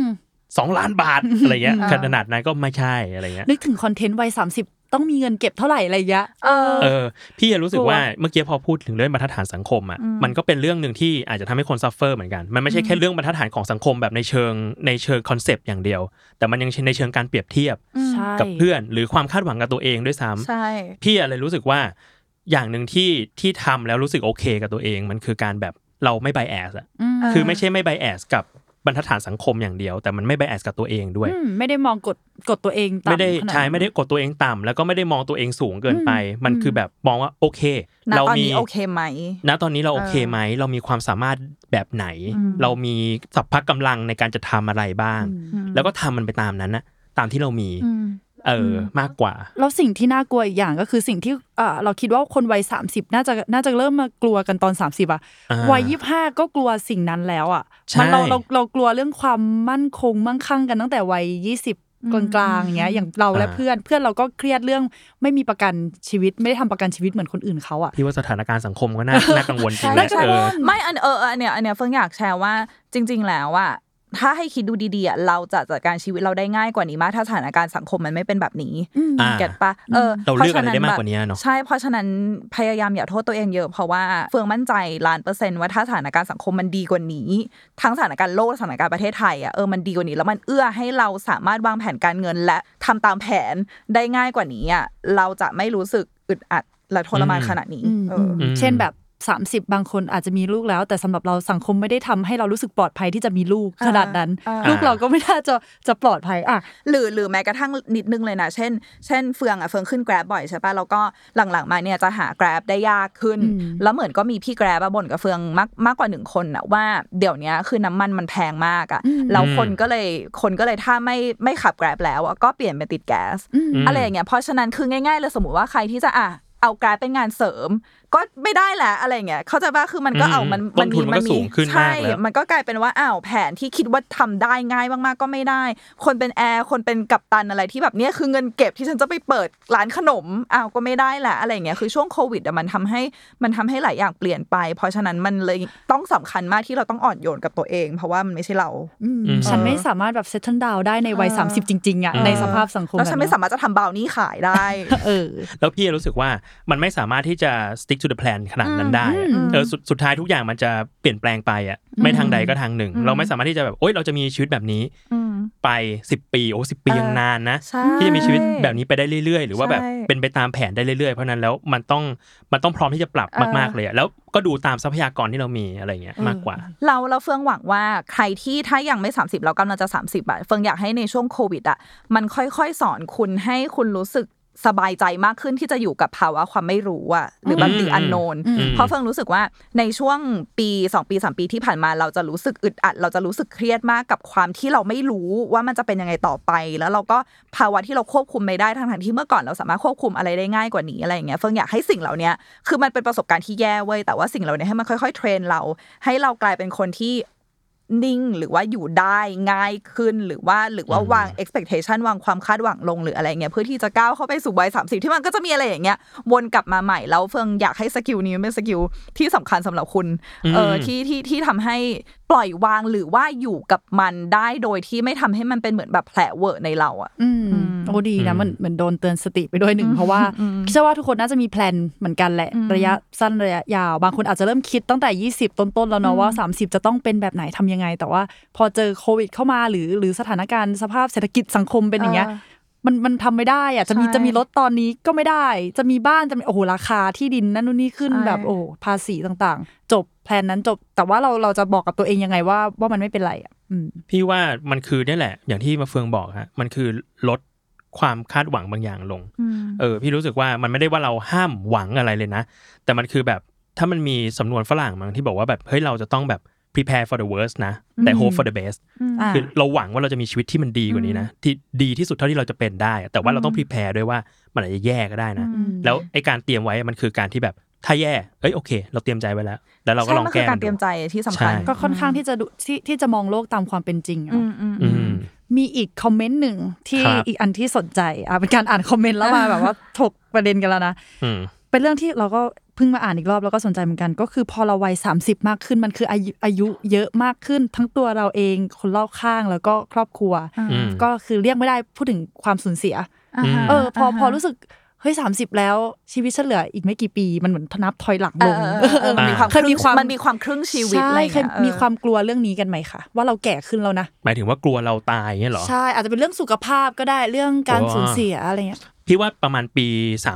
2 ล้านบาทอะไรเงี้ยขนาดนั้นก็ไม่ใช่อะไรเงี้ยนึกถึงคอนเทนต์วัย30ต้องมีเงินเก็บเท่าไหร่อะไรเงี้ยพี่รู้สึกว่าเมื่อกี้พอพูดถึงเรื่องบรรทัดฐานสังคมอ่ะมันก็เป็นเรื่องนึงที่อาจจะทำให้คนซัฟเฟอร์เหมือนกันมันไม่ใช่แค่เรื่องบรรทัดฐานของสังคมแบบในเชิงคอนเซปต์อย่างเดียวแต่มันยังในเชิงการเปรียบเทียบกับเพื่อนหรือความคาดหวังกับตัวเองด้วยซ้ำพี่เลยรู้สึกว่าอย่างนึงที่ทำแล้วรู้สึกโอเคกับตัวเองมันคือการแบบเราไม่ไบแอสอ่ะคือไม่ใช่ไม่ไบแอสกับบรรทัดฐานสังคมอย่างเดียวแต่มันไม่ไบแอสกับตัวเองด้วยไม่ได้มองกดตัวเองต่ำไม่ได้กดตัวเองต่ำแล้วก็ไม่ได้มองตัวเองสูงเกินไปมันคือแบบมองว่าโอเคเรามีโอเคไหมณตอนนี้เราโอเคไหมเรามีความสามารถแบบไหนเรามีสัพพะกำลังในการจะทำอะไรบ้างแล้วก็ทำมันไปตามนั้นนะตามที่เรามีมากกว่าแล้วสิ่งที่น่ากลัวอีกอย่างก็คือสิ่งที่เราคิดว่าคนวัย30น่าจะเริ่มมากลัวกันตอน30อ่ะวัย25ก็กลัวสิ่งนั้นแล้วอ่ะมันเรากลัวเรื่องความมั่นคงมั่งคั่งกันตั้งแต่วัย20กลางๆอย่างเงี้ยอย่างเราและเพื่อนเราก็เครียดเรื่องไม่มีประกันชีวิตไม่ได้ทำประกันชีวิตเหมือนคนอื่นเขาอ่ะพี่ว่าสถานการณ์สังคมก็น่ากังวลจริงไม่อันเนี้ยเฟิงอยากแชร์ว่าจริงๆแล้วอ่ะถ้าให้คิดดูดีๆเราจะจัดการชีวิตเราได้ง่ายกว่านี้มากถ้าสถานการณ์สังคมมันไม่เป็นแบบนี้เก็ทป่ะเราเลือกอะไรได้มากกว่านี้เนาะใช่เพราะฉะนั้นพยายามอย่าโทษตัวเองเยอะเพราะว่าเฟืองมั่นใจ1,000,000%ว่าถ้าสถานการณ์สังคมมันดีกว่านี้ทั้งสถานการณ์โลกสถานการณ์ประเทศไทยอ่ะมันดีกว่านี้แล้วมันเอื้อให้เราสามารถวางแผนการเงินและทำตามแผนได้ง่ายกว่านี้อ่ะเราจะไม่รู้สึกอึดอัดและทรมานขนาดนี้เช่นแบบ30บางคนอาจจะมีลูกแล้วแต่สำหรับเราสังคมไม่ได้ทำให้เรารู้สึกปลอดภัยที่จะมีลูกขนาดนั้นลูกเราก็ไม่น่าจะปลอดภัยหรือแม้กระทั่งนิดนึงเลยนะเช่นเฟืองขึ้น Grab บ่อยใช่ป่ะแล้วก็หลังๆมาเนี่ยจะหา Grab ได้ยากขึ้นแล้วเหมือนก็มีพี่ Grab บ่นกับเฟืองมากกว่า1คนน่ะว่าเดี๋ยวนี้คือน้ำมันแพงมากอ่ะแล้วคนก็เลยถ้าไม่ขับ Grab แล้วก็เปลี่ยนไปติดแก๊สอะไรอย่างเงี้ยเพราะฉะนั้นคือง่ายๆเลยสมมุติว่าใครที่จะเอา Grab เป็นงานเสริมก็ไม่ได้แหละอะไรเงี้ยเข้าใจป่ะคือมันก็มันสูงขึ้นมากแล้วมันก็กลายเป็นว่าแผนที่คิดว่าทำได้ง่ายมากๆก็ไม่ได้คนเป็นแอร์คนเป็นกัปตันอะไรที่แบบเนี้ยคือเงินเก็บที่ฉันจะไปเปิดร้านขนมก็ไม่ได้แหละอะไรเงี้ยคือช่วงโควิดมันทำให้หลายอย่างเปลี่ยนไปเพราะฉะนั้นมันเลยต้องสำคัญมากที่เราต้องอ่อนโยนกับตัวเองเพราะว่ามันไม่ใช่เราฉันไม่สามารถแบบ settle down ได้ในวัย30จริงๆอ่ะในสภาพสังคมแล้วฉันไม่สามารถจะทำบราวนี่ขายได้แล้วพี่รู้สึกว่ามันไม่สามารถที่จะ stick to the plan ขนาดนั้นได้สุดท้ายทุกอย่างมันจะเปลี่ยนแปลงไปอ่ะไม่ทางใดก็ทางหนึ่งเราไม่สามารถที่จะแบบเราจะมีชีวิตแบบนี้ไป10ปี10ปียังนานนะที่จะมีชีวิตแบบนี้ไปได้เรื่อยๆหรือว่าแบบเป็นไปตามแผนได้เรื่อยๆเพราะนั้นแล้วมันต้องพร้อมที่จะปรับมากๆเลยอ่ะแล้วก็ดูตามทรัพยากรที่เรามีอะไรเงี้ยมากกว่าเราเฟืองหวังว่าใครที่ถ้ายังไม่30แล้วกำลังจะ30อ่ะเฟืองอยากให้ในช่วงโควิดอ่ะมันค่อยๆสอนคุณให้คุณรู้สึกสบายใจมากขึ้นที่จะอยู่กับภาวะความไม่รู้อ่ะหรือแบบthe unknown เพราะเฟิงรู้สึกว่าในช่วงปี2ปี3ปีที่ผ่านมาเราจะรู้สึกอึดอัดเราจะรู้สึกเครียดมากกับความที่เราไม่รู้ว่ามันจะเป็นยังไงต่อไปแล้วเราก็ภาวะที่เราควบคุมไม่ได้ทั้งที่เมื่อก่อนเราสามารถควบคุมอะไรได้ง่ายกว่านี้อะไรอย่างเงี้ยเฟิงอยากให้สิ่งเหล่านี้คือมันเป็นประสบการณ์ที่แย่เว้ยแต่ว่าสิ่งเหล่านี้ให้มันค่อยๆเทรนเราให้เรากลายเป็นคนที่นิ่งหรือว่าอยู่ได้ง่ายขึ้นหรือว่าวาง expectation วางความคาดหวังลงหรืออะไรเงี้ยเพื่อที่จะก้าวเข้าไปสู่วัย30ที่มันก็จะมีอะไรอย่างเงี้ยวนกลับมาใหม่แล้วเฟิงอยากให้สกิลนี้เป็นสกิลที่สำคัญสำหรับคุณที่ทำให้ปล่อยวางหรือว่าอยู่กับมันได้โดยที่ไม่ทำให้มันเป็นเหมือนแบบแผลเวอะในเราอ่ะโอ้ดีนะมันเหมือนโดนเตือนสติไปด้วยหนึ่งเพราะว่าคิดว่าทุกคนน่าจะมีแพลนเหมือนกันแหละระยะสั้นระยะยาวบางคนอาจจะเริ่มคิดตั้งแต่20ต้นๆแล้วเนาะว่า30จะต้องเป็นแบบไหนทำยังไงแต่ว่าพอเจอโควิดเข้ามาหรือสถานการณ์สภาพเศรษฐกิจสังคมเป็นอย่างเงี้ยมันทำไม่ได้อ่ะจะมีรถตอนนี้ก็ไม่ได้จะมีบ้านจะมีราคาที่ดินนั่นนู่นนี่ขึ้นแบบภาษีต่างๆจบแพลนนั้นจบแต่ว่าเราจะบอกกับตัวเองยังไงว่ามันไม่เป็นไรอ่ะพี่ว่ามันคือนี่แหละอย่างที่มาเฟืองบอกฮะมันคือลดความคาดหวังบางอย่างลงพี่รู้สึกว่ามันไม่ได้ว่าเราห้ามหวังอะไรเลยนะแต่มันคือแบบถ้ามันมีสำนวนฝรั่งบางที่บอกว่าแบบเฮ้ยเราจะต้องแบบprepare for the worst นะแต่ hope for the best คือเราหวังว่าเราจะมีชีวิตที่มันดีกว่านี้นะที่ดีที่สุดเท่าที่เราจะเป็นได้แต่ว่าเราต้อง prepare ด้วยว่ามันอาจจะแย่ก็ได้นะแล้วไอ้การเตรียมไว้มันคือการที่แบบถ้าแย่โอเคเราเตรียมใจไว้แล้วเราก็ลองแก้มันคือการเตรียมใจที่สำคัญก็ค่อนข้างที่จะที่จะมองโลกตามความเป็นจริงมีอีกคอมเมนต์หนึ่งที่อีกอันที่สนใจเป็นการอ่านคอมเมนต์แล้วมาแบบว่าถกประเด็นกันแล้วนะเป็นเรื่องที่เราก็เพิ่งมาอ่านอีกรอบแล้วก็สนใจเหมือนกันก็คือพอเราวัย30มากขึ้นมันคืออายุเยอะมากขึ้นทั้งตัวเราเองคนรอบข้างแล้วก็ครอบครัวก็คือเรียกไม่ได้พูดถึงความสูญเสียพอรู้สึกเฮ้ย30แล้วชีวิตฉันเหลืออีกไม่กี่ปีมันเหมือนนับถอยหลังลงมันมีความครึ่งชีวิตอะไรอย่างเงี้ยมีความกลัวเรื่องนี้กันไหมคะว่าเราแก่ขึ้นแล้วนะหมายถึงว่ากลัวเราตายเงี้ยหรอใช่อาจจะเป็นเรื่องสุขภาพก็ได้เรื่องการสูญเสียอะไรเงี้ยพี่ว่าประมาณปี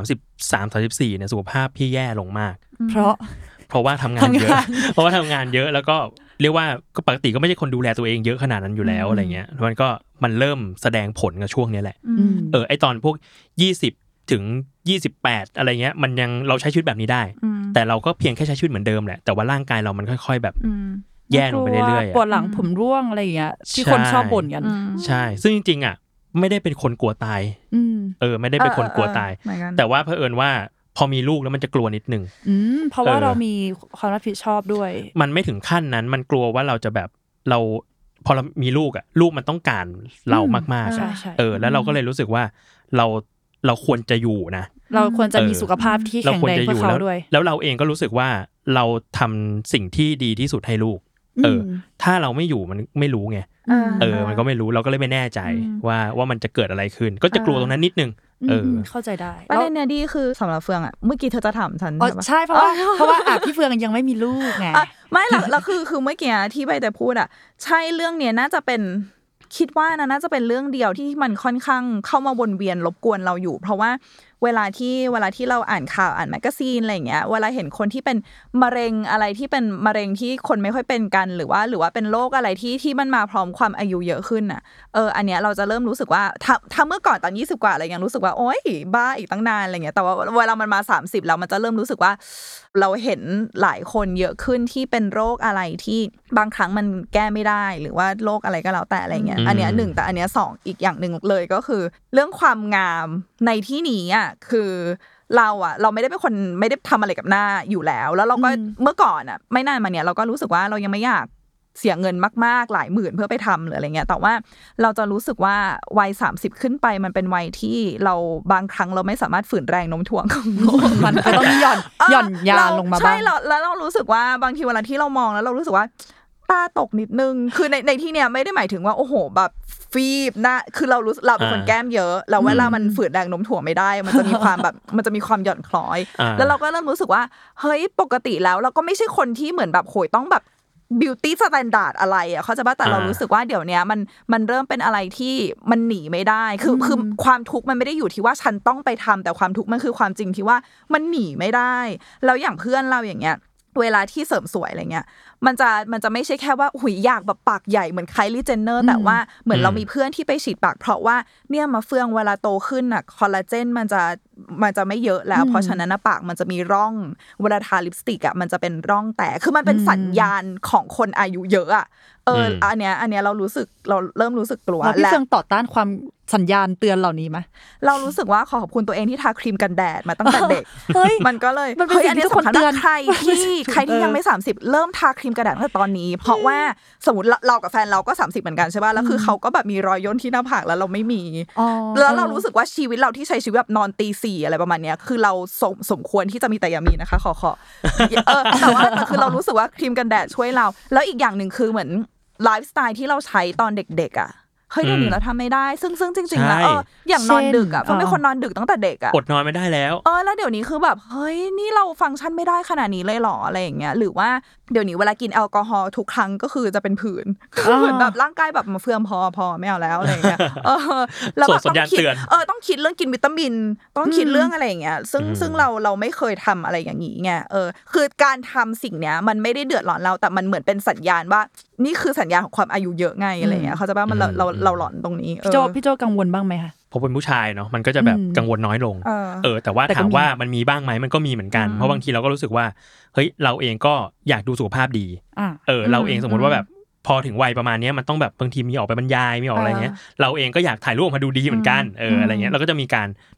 33-34เนี่ยสุขภาพพี่แย่ลงมากเพราะว่าทำงานเยอะแล้วก็เรียกว่าก็ปกติก็ไม่ใช่คนดูแลตัวเองเยอะขนาดนั้นอยู่แล้วอะไรเงี้ยมันเริ่มแสดงผลกับช่วงนี้แหละไอตอนพวก20ถึง28อะไรเงี้ยมันยังเราใช้ชีวิตแบบนี้ได้แต่เราก็เพียงแค่ใช้ชีวิตเหมือนเดิมแหละแต่ว่าร่างกายเรามันค่อยๆแบบแย่ลงไปเรื่อยๆปวดหลังผมร่วงอะไรอย่างเงี้ยที่คนชอบบ่นกันใช่ซึ่งจริงๆอ่ะไม่ได้เป็นคนกลัวตายไม่ได้เป็นคนกลัวตายแต่ว่าเผอิญว่าพอมีลูกแล้วมันจะกลัวนิดนึงเพราะว่าเรามีความรับผิดชอบด้วยมันไม่ถึงขั้นนั้นมันกลัวว่าเราจะแบบเราพอเรามีลูกอ่ะลูกมันต้องการเรามากๆแล้วเราก็เลยรู้สึกว่าเราควรจะอยู่นะเราควรจะมีสุขภาพที่แข็งแรงเพื่อเขาด้วยแล้วเราเองก็รู้สึกว่าเราทำสิ่งที่ดีที่สุดให้ลูกถ้าเราไม่อยู่มันไม่รู้ไงมันก็ไม่รู้เราก็เลยไม่แน่ใจว่ามันจะเกิดอะไรขึ้นก็จะกลัวตรงนั้นนิดนึงเข้าใจได้ประเด็นเนี่ยดีคือสำหรับเฟืองอ่ะเมื่อกี้เธอจะถามฉันใช่เพราะว่าพี่เฟืองยังไม่มีลูกไงไม่แล้วคือเมื่อกี้ที่ใบแต่พูดอ่ะใช่เรื่องเนี้ยน่าจะเป็นคิดว่าน่าจะเป็นเรื่องเดียวที่มันค่อนข้างเข้ามาวนเวียนรบกวนเราอยู่เพราะว่าเวลาที่เราอ่านข่าวอ่านแมกกาซีนอะไรอย่างเงี้ยเวลาเห็นคนที่เป็นมะเร็งอะไรที่เป็นมะเร็งที่คนไม่ค่อยเป็นกันหรือว่าเป็นโรคอะไรที่มันมาพร้อมความอายุเยอะขึ้นน่ะอันเนี้ยเราจะเริ่มรู้สึกว่าถ้าเมื่อก่อนตอน20กว่าอะไรยังรู้สึกว่าโอ๊ยบ้าอีกตั้งนานอะไรเงี้ยแต่ว่าเวลามันมา30แล้วมันจะเริ่มรู้สึกว่าเราเห็นหลายคนเยอะขึ้นที่เป็นโรคอะไรที่บางครั้งมันแก้ไม่ได้หรือว่าโรคอะไรก็แล้วแต่อะไรเงี้ยอันเนี้ย1แต่อันเนี้ย2อีกอย่างนึงเลยก็คือเรื่องความงามในที่นี้อ่ะคือเราไม่ได้เป็นคนไม่ได้ทำอะไรกับหน้าอยู่แล้วเราก็เมื่อก่อนอ่ะไม่นานมาเนี้ยเราก็รู้สึกว่าเรายังไม่อยากเสียเงินมากๆหลายหมื่นเพื่อไปทำหรืออะไรเงี้ยแต่ว่าเราจะรู้สึกว่าวัย30ขึ้นไปมันเป็นวัยที่เราบางครั้งเราไม่สามารถฝืนแรงโน้มถ่วงของมันก็ต้องหย่อนยานลงมาบ้างใช่แล้วเรารู้สึกว่าบางทีเวลาที่เรามองแล้วเรารู้สึกว่าตาตกนิดนึงคือในที่เนี้ยไม่ได้หมายถึงว่าโอ้โหแบบฟีบนะคือเราเป็นคนแก้มเยอะแล้วเวลามันฝืนแรงโน้มถ่วงไม่ได้มันจะมีความแบบมันจะมีความหย่อนคล้อยแล้วเราก็เริ่มรู้สึกว่าเฮ้ยปกติแล้วเราก็ไม่ใช่คนที่เหมือนแบบโหยต้องแบบบิวตี้สแตนดาร์ดอะไรอ่ะเขาจะว่าแต่เรารู้สึกว่าเดี๋ยวนี้มันเริ่มเป็นอะไรที่มันหนีไม่ได้คือความทุกข์มันไม่ได้อยู่ที่ว่าฉันต้องไปทำแต่ความทุกข์มันคือความจริงที่ว่ามันหนีไม่ได้แล้วอย่างเพื่อนเราอย่างเงี้ยเวลาที่เสริมสวยอะไรเงี้ยมันจะไม่ใช่แค่ว่าหุยอยากแบบปากใหญ่เหมือนไคลี่เจนเนอร์แต่ว่าเหมือนเรามีเพื่อนที่ไปฉีดปากเพราะว่าเนี่ยมาเฟืองเวลาโตขึ้นน่ะคอลลาเจนมันจะไม่เยอะแล้วเพราะฉะนั้นนะปากมันจะมีร่องเวลาทาลิปสติกอ่ะมันจะเป็นร่องแตกคือมันเป็นสัญญาณของคนอายุเยอะอ่ะอันเนี้ยเราเริ่มรู้สึกกลัวแล้วพี่เฟืองต่อต้านความสัญญาณเตือนเหล่านี้ไหมเรารู้สึกว่าขอบคุณตัวเองที่ทาครีมกันแดดมาตั้งแต่เด็กมันก็เลยมันเป็นสิ่งที่ทุกคนเตือนใครที่ยังไม่30เริ่มทาครีมกันแดดตั้งแต่ตอนนี้เพราะว่าสมมติเรากับแฟนเราก็30เหมือนกันใช่ป่ะแล้วคือเขาก็แบบมีรอยย่นที่หน้าผากแล้วเราไม่มีแล้วเรารู้สึกว่าชีวิตเราที่ใช้ชีวิตแบบนอนตี 4อะไรประมาณเนี้ยคือเราสมควรที่จะมีแต่อย่ามีนะคะขอแต่ว่าคือเรารู้สึกว่าครีมกันแดดช่วยเราแล้วอีกอย่างนึงคือเหมือนไลฟ์สไตล์ที่เราใช้ตอนเด็กๆอ่ะเฮ้ยเดี๋ยวนี้เราทำไม่ได้ซึ่งจริงๆแล้วอย่างนอนดึกอ่ะเป็นคนนอนดึกตั้งแต่เด็กอ่ะอดนอนไม่ได้แล้วแล้วเดี๋ยวนี้คือแบบเฮ้ยนี่เราฟังก์ชันไม่ได้ขนาดนี้เลยหรออะไรอย่างเงี้ยหรือว่าเดี๋ยวนี้เวลากินแอลกอฮอล์ทุกครั้งก็คือจะเป็นผื่นเหมือนแบบร่างกายแบบมาเฟื่อมพอไม่เอาแล้วอะไรอย่างเงี้ยแล้วแบบต้องคิดต้องคิดเรื่องกินวิตามินต้องคิดเรื่องอะไรอย่างเงี้ยซึ่งเราไม่เคยทำอะไรอย่างงี้ไงคือการทำสิ่งเนี้ยมันไม่ได้เดือดร้อนเราแต่มันเหมือนเป็นสัญญาณว่านี่คือสัญญาณของความอายุเยอะไงอะไรเงี้ยเขาจะว่ามันเราหลอนตรงนี้พี่โจกังวลบ้างไหมคะพอเป็นผู้ชายเนาะมันก็จะแบบกังวลน้อยลงแต่ว่าถามว่ามันมีบ้างไหมมันก็มีเหมือนกันเพราะบางทีเราก็รู้สึกว่าเฮ้ยเราเองก็อยากดูสุขภาพดีเราเองสมมติว่าแบบพอถึงวัยประมาณนี้มันต้องแบบบางทีมีออกไปบรรยายมีออกอะไรเงี้ยเราเองก็อยากถ่ายรูปออกมาดูดีเหมือนกันอะไรเงี้ยเราก็จะมีการ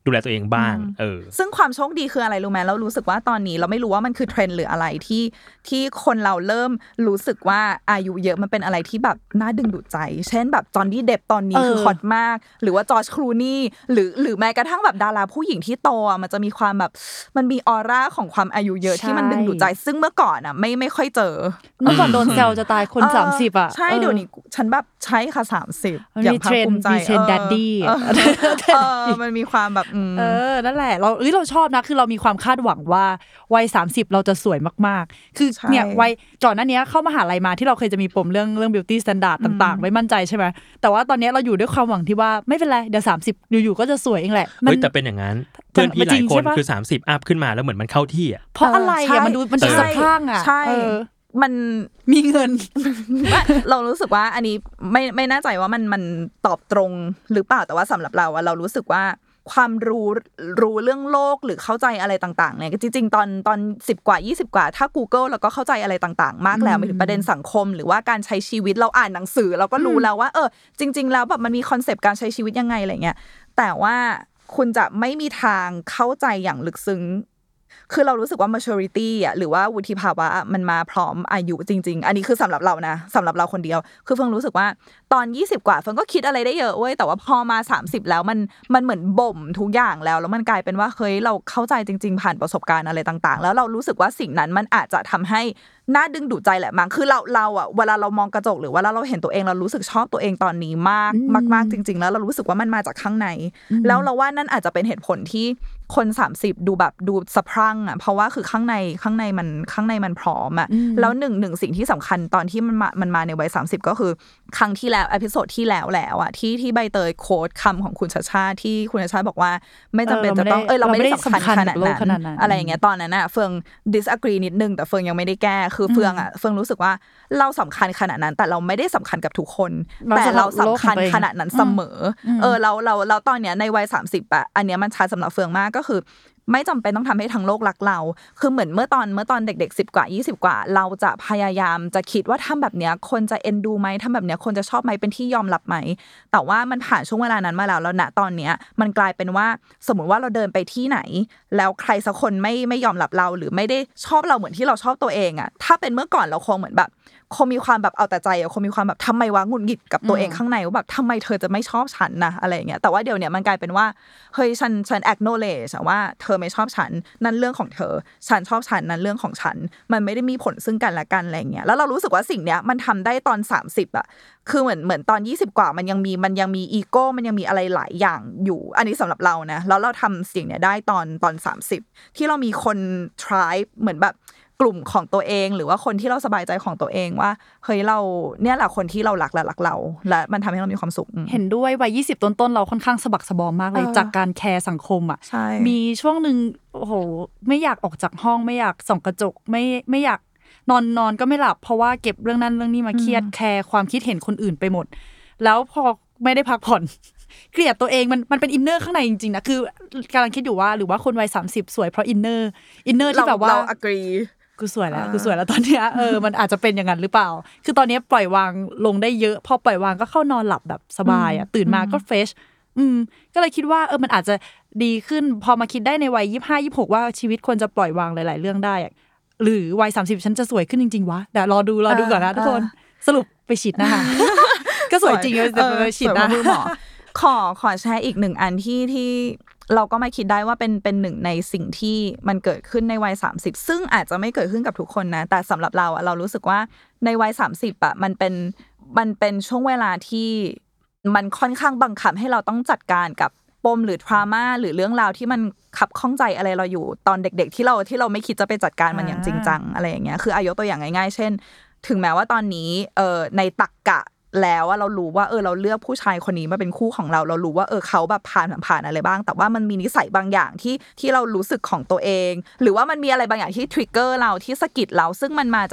ดูแลตัวเองบ้างซึ่งความโชคดีคืออะไรรู้ไหมเรารู้สึกว่าตอนนี้เราไม่รู้ว่ามันคือเทรนด์หรืออะไรที่คนเราเริ่มรู้สึกว่าอายุเยอะมันเป็นอะไรที่แบบน่าดึงดูดใจเช่นแบบจอห์นนี่เดปตอนนี้คือฮอตมากหรือว่าจอร์จคลูนี่หรือแม้กระทั่งแบบดาราผู้หญิงที่โตมันจะมีความแบบมันมีออร่าของความอายุเยอะที่มันดึงดูดใจซึ่งเมื่อก่อนอ่ะไม่ค่อยเจอเมื่อก่อนโดนแซวจะตายคน30อ่ะใช่เดี๋ยวนี้ฉันแบบใช่ค่ะ30อย่างภาคภูมิใจเทรนด์ดัดดี้มันมีความแบบนั่นแหละเราชอบนะคือเรามีความคาดหวังว่าวัย30เราจะสวยมากๆคือเนี่ยวัยก่อนหน้านี้เข้ามหาลัยมาที่เราเคยจะมีปมเรื่อง beauty standard ต่างๆไม่มั่นใจใช่ไหมแต่ว่าตอนนี้เราอยู่ด้วยความหวังที่ว่าไม่เป็นไรเดี๋ยว30อยู่ๆก็จะสวยเองแหละแต่เป็นอย่างนั้นเพื่อนพี่หลายคนคือ30อัพขึ้นมาแล้วเหมือนมันเข้าที่อ่ะเพราะอะไรอ่ะมันดูสะพรั่งอ่ะใช่มันมีเงินเรารู้สึกว่าอันนี้ไม่แน่ใจว่ามันตอบตรงหรือเปล่าแต่ว่าสำหรับเราเรารู้สึกว่าความรู้เรื่องโลกหรือเข้าใจอะไรต่างๆเนี่ยจริงๆตอน10กว่า20กว่าถ้า Google แล้วก็เข้าใจอะไรต่างๆมากแล้วไปถึงประเด็นสังคมหรือว่าการใช้ชีวิตเราอ่านหนังสือเราก็รู้แล้วว่าจริงๆแล้วแบบมันมีคอนเซปต์การใช้ชีวิตยังไงอะไรเงี้ยแต่ว่าคุณจะไม่มีทางเข้าใจอย่างลึกซึ้งคือเรารู้สึกว่า maturity อ่ะหรือว่าวุฒิภาวะมันมาพร้อมอายุจริงๆอันนี้คือสำหรับเรานะสำหรับเราคนเดียวคือเฟิงรู้สึกว่าตอน20กว่าเฟิงก็คิดอะไรได้เยอะเว้ยแต่ว่าพอมา30แล้วมันเหมือนบ่มทุกอย่างแล้วมันกลายเป็นว่าเฮ้ยเราเข้าใจจริงๆผ่านประสบการณ์อะไรต่างๆแล้วเรารู้สึกว่าสิ่งนั้นมันอาจจะทำให้น่าดึงดูดใจแหละมั้งคือเราอ่ะเวลาเรามองกระจกหรือว่าเราเห็นตัวเองเรารู้สึกชอบตัวเองตอนนี้มากจริงๆแล้วเรารู้สึกว่ามันมาจากข้างในแล้วเราว่านั่นอาจจะเป็นเหตุผลที่คน30ดูสะพรั่งอ่ะเพราะว่าคือข้างในมันพร้อมอ่ะแล้วหนึ่งสิ่งที่สำคัญตอนที่มันมาในวัย30ก็คือครั้งที่แล้วเอพิโซดที่แล้วอ่ะที่ใบเตยโค้ดคำของคุณชาชาที่คุณชาชาบอกว่าไม่จำเป็นจะต้องเราไม่ได้สำคัญขนาดนั้นอะไรอย่างเงี้ยตอนนั้นอ่ะเฟือง disagree นิดนึงแต่เฟืองยังไม่ได้แก้คือเฟืองรู้สึกว่าเราสำคัญขนาดนั้นแต่เราไม่ได้สำคัญกับทุกคนแต่เราสำคัญขนาดนั้นเสมอเราตอนเนี้ยในวัย30อ่ะอันเนี้ยมันชัดสำหรับเฟืองมากก็คือไม่จำเป็นต้องทำให้ทั้งโลกรักเราคือเหมือนเมื่อตอนเด็กๆ10กว่า20กว่าเราจะพยายามจะคิดว่าทำแบบเนี้ยคนจะเอ็นดูไหมทำแบบเนี้ยคนจะชอบไหมเป็นที่ยอมรับไหมแต่ว่ามันผ่านช่วงเวลานั้นมาแล้วณตอนเนี้ยมันกลายเป็นว่าสมมติว่าเราเดินไปที่ไหนแล้วใครสักคนไม่ยอมรับเราหรือไม่ได้ชอบเราเหมือนที่เราชอบตัวเองอ่ะถ้าเป็นเมื่อก่อนเราคงเหมือนแบบคงมีความแบบเอาแต่ใจคงมีความแบบทำไมวะหงุดหงิดกับตัวเองข้างในว่าแบบทำไมเธอจะไม่ชอบฉันนะอะไรอย่างเงี้ยแต่ว่าเดี๋ยวเนี้ยมันกลายเป็นว่าเฮ้ยฉัน acknowledge ว่าเธอไม่ชอบฉันนั่นเรื่องของเธอฉันชอบฉันนั่นเรื่องของฉันมันไม่ได้มีผลซึ่งกันและกันอะไรอย่างเงี้ยแล้วเรารู้สึกว่าสิ่งเนี้ยมันทำได้ตอน30อ่ะคือเหมือนตอน20กว่ามันยังมีอีโก้มันยังมีอะไรหลายอย่างอยู่อันนี้สำหรับเรานะแล้วเราทำสิ่งเนี้ยได้ตอน30ที่เรามีคน tribe เหมือนแบบกลุ่มของตัวเองหรือว่าคนที่เราสบายใจของตัวเองว่าเฮ้ยเราเนี่ยแหละคนที่เรารักและรักเราและมันทำให้เรามีความสุขเห็นด้วยวัย20ต้นๆเราค่อนข้างสะบักสะบอมมากเลยจากการแคร์สังคมอ่ะมีช่วงนึงโอ้โหไม่อยากออกจากห้องไม่อยากส่องกระจกไม่อยากนอนก็ไม่หลับเพราะว่าเก็บเรื่องนั้นเรื่องนี้มาเครียดแคร์ความคิดเห็นคนอื่นไปหมดแล้วพอไม่ได้พักผ่อนเกลียดตัวเองมันเป็นอินเนอร์ข้างในจริงๆนะคือกำลังคิดอยู่ว่าหรือว่าคนวัย30สวยเพราะอินเนอร์ที่แบบว่าเรา agree กูสวยแล้วตอนเนี้ยมันอาจจะเป็นอย่างนั้นหรือเปล่าคือตอนนี้ปล่อยวางลงได้เยอะพอปล่อยวางก็เข้านอนหลับแบบสบายอ่ะตื่นมาก็เฟรชก็เลยคิดว่ามันอาจจะดีขึ้นพอมาคิดได้ในวัย25-26ว่าชีวิตควรจะปล่อยวางหลายๆเรื่องได้หรือวัย30ฉันจะสวยขึ้นจริงๆวะเดี๋ยวรอดูก่อนนะทุกคนสรุปไปฉีดหน้าก็สวยจริงเลยไปฉีดหน้าหมอขอแชร์อีก1อันที่เราก็ไม่คิดได้ว่าเป็นหนึ่งในสิ่งที่มันเกิดขึ้นในวัย30ซึ่งอาจจะไม่เกิดขึ้นกับทุกคนนะแต่สำหรับเราเรารู้สึกว่าในวัย30มันเป็นช่วงเวลาที่มันค่อนข้างบังคับให้เราต้องจัดการกับปมหรือทรามาหรือเรื่องราวที่มันขับข้องใจอะไรเราอยู่ตอนเด็กๆที่เราไม่คิดจะไปจัดการมันอย่างจริงจังอะไรอย่างเงี้ยคืออายกตัวอย่างง่ายๆเช่นถึงแม้ว่าตอนนี้ในตรรกะแล้วว่าเรารู้ว่าเราเลือกผู้ชายคนนี้มาเป็นคู่ของเรารู้ว่าเขาแบบผ่านอะไรบ้างแต่ว่ามันมีนิสัยบางอย่างที่เรารู้สึกของตัวเองหรือว่ามันมีอะไรบางอย่างที่ทริกเกอร์เราที่สะกิดเราซึ่งมันมาจาก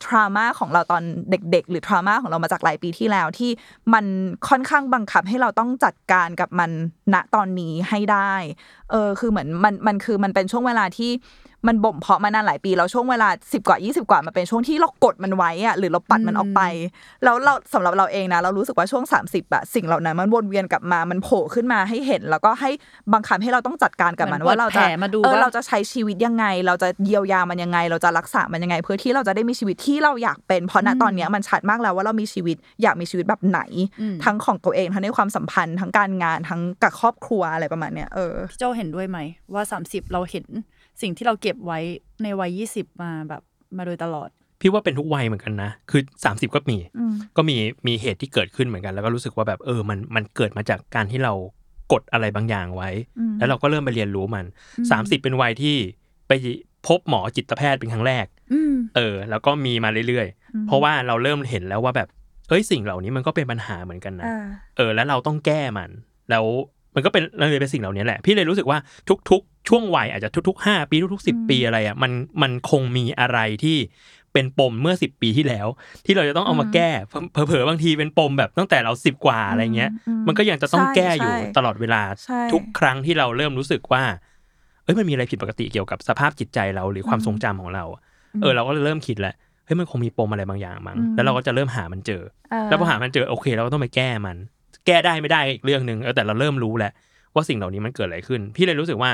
ทรามาของเราตอนเด็กๆหรือทรามาของเรามาจากหลายปีที่แล้วที่มันค่อนข้างบังคับให้เราต้องจัดการกับมันณตอนนี้ให้ได้คือเหมือนมันเป็นช่วงเวลาที่มันบ่มเพาะมานานหลายปีแล้วช่วงเวลา10กว่า20กว่ามันเป็นช่วงที่เรากดมันไว้อะหรือเราปัดมันออกไปแล้วเราสำหรับเราเองนะเรารู้สึกว่าช่วง30อะสิ่งเหล่านั้นมันวนเวียนกลับมามันโผล่ขึ้นมาให้เห็นแล้วก็ให้บังคับให้เราต้องจัดการกับมันว่าเราจะใช้ชีวิตยังไงเราจะเยียวยามันยังไงเราจะรักษามันยังไงเพื่อที่เราจะได้มีชีวิตที่เราอยากเป็นเพราะณตอนนี้มันชัดมากแล้วว่าเรามีชีวิตอยากมีชีวิตแบบไหนทั้งของตัวเองทั้งในความสัมพันธ์ทั้งการงานทั้งกับครอบครัวอะไรประมาณเนี้ยพี่โจเห็นด้วยไหมว่า30เราเห็นสิ่งที่เราเก็บไว้ในวัย20มาโดยตลอดพี่ว่าเป็นทุกวัยเหมือนกันนะคือ30ก็มีเหตุที่เกิดขึ้นเหมือนกันแล้วก็รู้สึกว่าแบบมันเกิดมาจากการที่เรากดอะไรบางอย่างไว้แล้วเราก็เริ่มไปเรียนรู้มัน30เป็นวัยที่ไปพบหมอจิตแพทย์เป็นครั้งแรกแล้วก็มีมาเรื่อยๆเพราะว่าเราเริ่มเห็นแล้วว่าแบบสิ่งเหล่านี้มันก็เป็นปัญหาเหมือนกันนะแล้วเราต้องแก้มันแล้วมันก็เป็นสิ่งเหล่านี้แหละพี่เลยรู้สึกว่าทุกช่วงวัยอาจจะทุกๆ5ปีทุกๆ10ปีอะไรอ่ะมันคงมีอะไรที่เป็นปมเมื่อ10ปีที่แล้วที่เราจะต้องเอามาแก้เผลอๆบางทีเป็นปมแบบตั้งแต่เรา10กว่าอะไรเงี้ยมันก็ยังจะต้องแก้อยู่ตลอดเวลาทุกครั้งที่เราเริ่มรู้สึกว่ามันมีอะไรผิดปกติเกี่ยวกับสภาพจิตใจเราหรือความทรงจำของเราเราก็เริ่มคิดแหละมันคงมีปมอะไรบางอย่างมั้งแล้วเราก็จะเริ่มหามันเจอแล้วพอหามันเจอโอเคเราก็ต้องไปแก้มันแก้ได้ไม่ได้อีกเรื่องนึงแต่เราเริ่มรู้แล้วว่าสิ่งเหล่านี้มันเกิดอะไรขึ้นพี่เลยรู้สึกว่า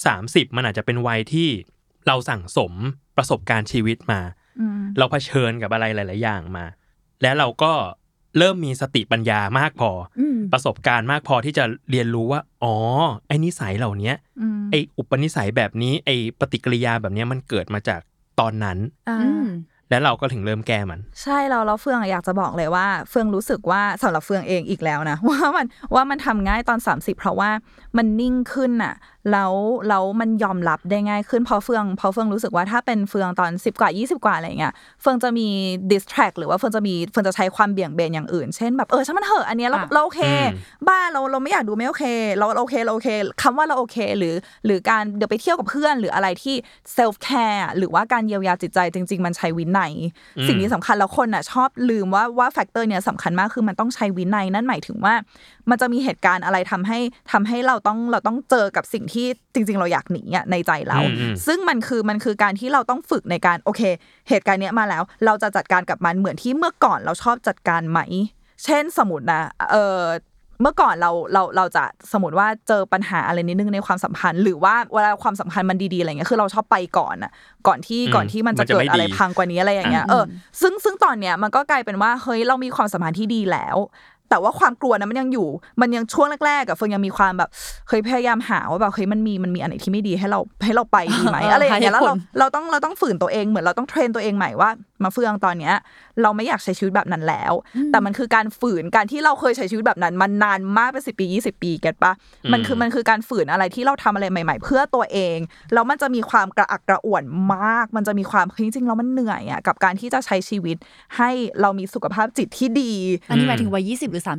30มันอาจจะเป็นวัยที่เราสั่งสมประสบการณ์ชีวิตมาเราเผชิญกับอะไรหลายๆอย่างมาแล้วเราก็เริ่มมีสติปัญญามากพอประสบการณ์มากพอที่จะเรียนรู้ว่าอ๋อไอ้นิสัยเหล่านี้ไอ้อุปนิสัยแบบนี้ไอ้ปฏิกิริยาแบบนี้มันเกิดมาจากตอนนั้นแล้วเราก็ถึงเริ่มแก้มันใช่เราเฟืองอยากจะบอกเลยว่าเฟืองรู้สึกว่าสำหรับเฟืองเองอีกแล้วนะว่ามันทำง่ายตอน30เพราะว่ามันนิ่งขึ้นน่ะแล้วมันยอมรับได้ง่ายขึ้นเพราะเฟืองรู้สึกว่าถ้าเป็นเฟืองตอน10กว่า20กว่าอะไรเงี้ยเฟืองจะมี distract หรือว่าเฟืองจะใช้ความเบี่ยงเบนอย่างอื่นเช่นแบบฉันมันเหอะอันเนี้ยเราโอเคบ้าเราไม่อยากดูไม่โอเคเราโอเคคำว่าเราโอเคหรือการเดี๋ยวไปเที่ยวกับเพื่อนหรืออะไรที่ self care หรือว่าการเยียวยาจิตใจจริงๆมันใช้วินัยสิ่งนี้สำคัญแล้วคนน่ะชอบลืมว่าแฟกเตอร์เนี้ยสำคัญมากคือมันต้องใช้วินัยนั่นหมายถึงว่ามันจะมีเหตุการณ์อะไรทำให้เราต้องเจอกับสิ่งที่จริงๆเราอยากหนีในใจเราซึ่งมันคือการที่เราต้องฝึกในการโอเคเหตุการณ์เนี้ยมาแล้วเราจะจัดการกับมันเหมือนที่เมื่อก่อนเราชอบจัดการไหมเช่นสมมุตินะเมื่อก่อนเราจะสมมติว่าเจอปัญหาอะไรนิดนึงในความสัมพันธ์หรือว่าเวลาความสัมพันธ์มันดีๆอะไรเงี้ยคือเราชอบไปก่อนที่มันจะเกิดอะไรพังกว่านี้อะไรอย่างเงี้ยซึ่งตอนเนี้ยมันก็กลายเป็นว่าเฮ้ยเรามีความสัมพันธ์ที่ดีแล้วแต่ว่าความกลัวนั้นมันยังอยู่มันยังช่วงแรกๆกับเฟิงยังมีความแบบเคยพยายามหาว่าแบบเฮ้ยมันมีอันไหนที่ไม่ดีให้เราไปดีไหม อะไรอย่างเงี้ยแล้วเราต้องฝืนตัวเองเหมือนเราต้องเทรนตัวเองใหม่ว่ามาเฟืองตอนเนี้ยเราไม่อยากใช้ชีวิตแบบนั้นแล้วแต่มันคือการฝืนการที่เราเคยใช้ชีวิตแบบนั้นมันนานมากเป็น10ปี20ปีเก็ทปะมันคือการฝืนอะไรที่เราทำอะไรใหม่ๆเพื่อตัวเองแล้วมันจะมีความกระอักกระอ่วนมากมันจะมีความจริงๆแล้วมันเหนื่อยอ่ะกับการที่จะใช้ชีวิตให้เรามีสุขภาพจิตที่ดีอันนี้หมายถึงวัย20หรือ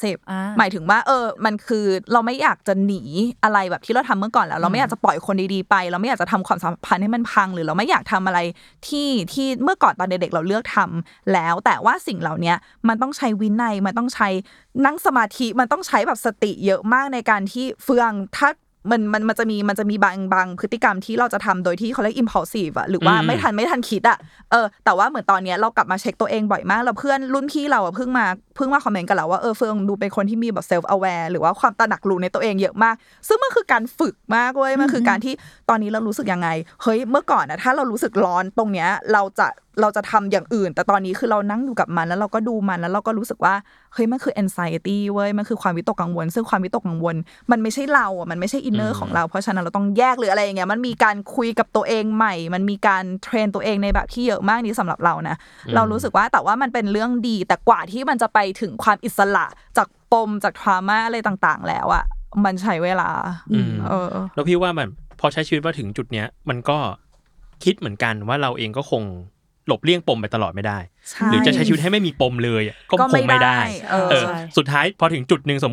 30หมายถึงว่ามันคือเราไม่อยากจะหนีอะไรแบบที่เราทำเมื่อก่อนแล้วเราไม่อยากจะปล่อยคนดีๆไปเราไม่อยากจะทำความสัมพันธ์ให้มันพังหรือเราไม่อยากทำอะไรที่เมื่อก่อนตอนเด็กๆเราเลือกทำแล้วแต่ว่าสิ่งเหล่านี้มันต้องใช้วินัยมันต้องใช้นั่งสมาธิมันต้องใช้แบบสติเยอะมากในการที่เฟืองถ้ามันจะมีบางพฤติกรรมที่เราจะทำโดยที่เขาเรียก impulsive อะหรือว่าไม่ทันคิดอะแต่ว่าเหมือนตอนนี้เรากลับมาเช็คตัวเองบ่อยมากแล้วเพื่อนรุ่นพี่เราอะเพิ่งมาคอมเมนต์กันแล้วว่าเฟืองดูเป็นคนที่มีแบบ self aware หรือว่าความตระหนักรู้ในตัวเองเยอะมากซึ่งมันคือการฝึกมากเว้ยมันคือการที่ตอนนี้เรารู้สึกยังไงเฮ้ยเมื่อก่อนนะถ้าเรารู้สึกร้อนตรงเนี้ยเราจะทำอย่างอื่นแต่ตอนนี้คือเรานั่งอยู่กับมันแล้วเราก็ดูมันแล้วเราก็รู้สึกว่าเฮ้ยมันคือ anxiety เว้ยมันคือความวิตกกังวลซึ่งความวิตกกังวลมันไม่ใช่เราอ่ะมันไม่ใช่ inner ของเราเพราะฉะนั้นเราต้องแยกหรืออะไรอย่างเงี้ยมันมีการคุยกับตัวเองใหม่มันมีการเทรนตัวเองในแบบที่เยอะมากนี้สำหรับเรานะเรารู้สึกว่าแต่ว่ามันเป็นเรื่องดีแต่กว่าที่มันจะไปถึงความอิสระจากปมจากทรามาอะไรต่างๆแล้วอ่ะมันใช้เวลาแล้วพี่ว่ามันพอใช้ชีวิตมาถึงจุดเนี้ยมันก็คิดเหมือนกันว่าเราเองก็คงหลบเลี่ยงปมไปตลอดไม่ได้หรือจะใช้ชีวิตให้ไม่มีปมเลยก็คงไม่ได้สุดท้ายพอถึงจุดนึงสมมุติ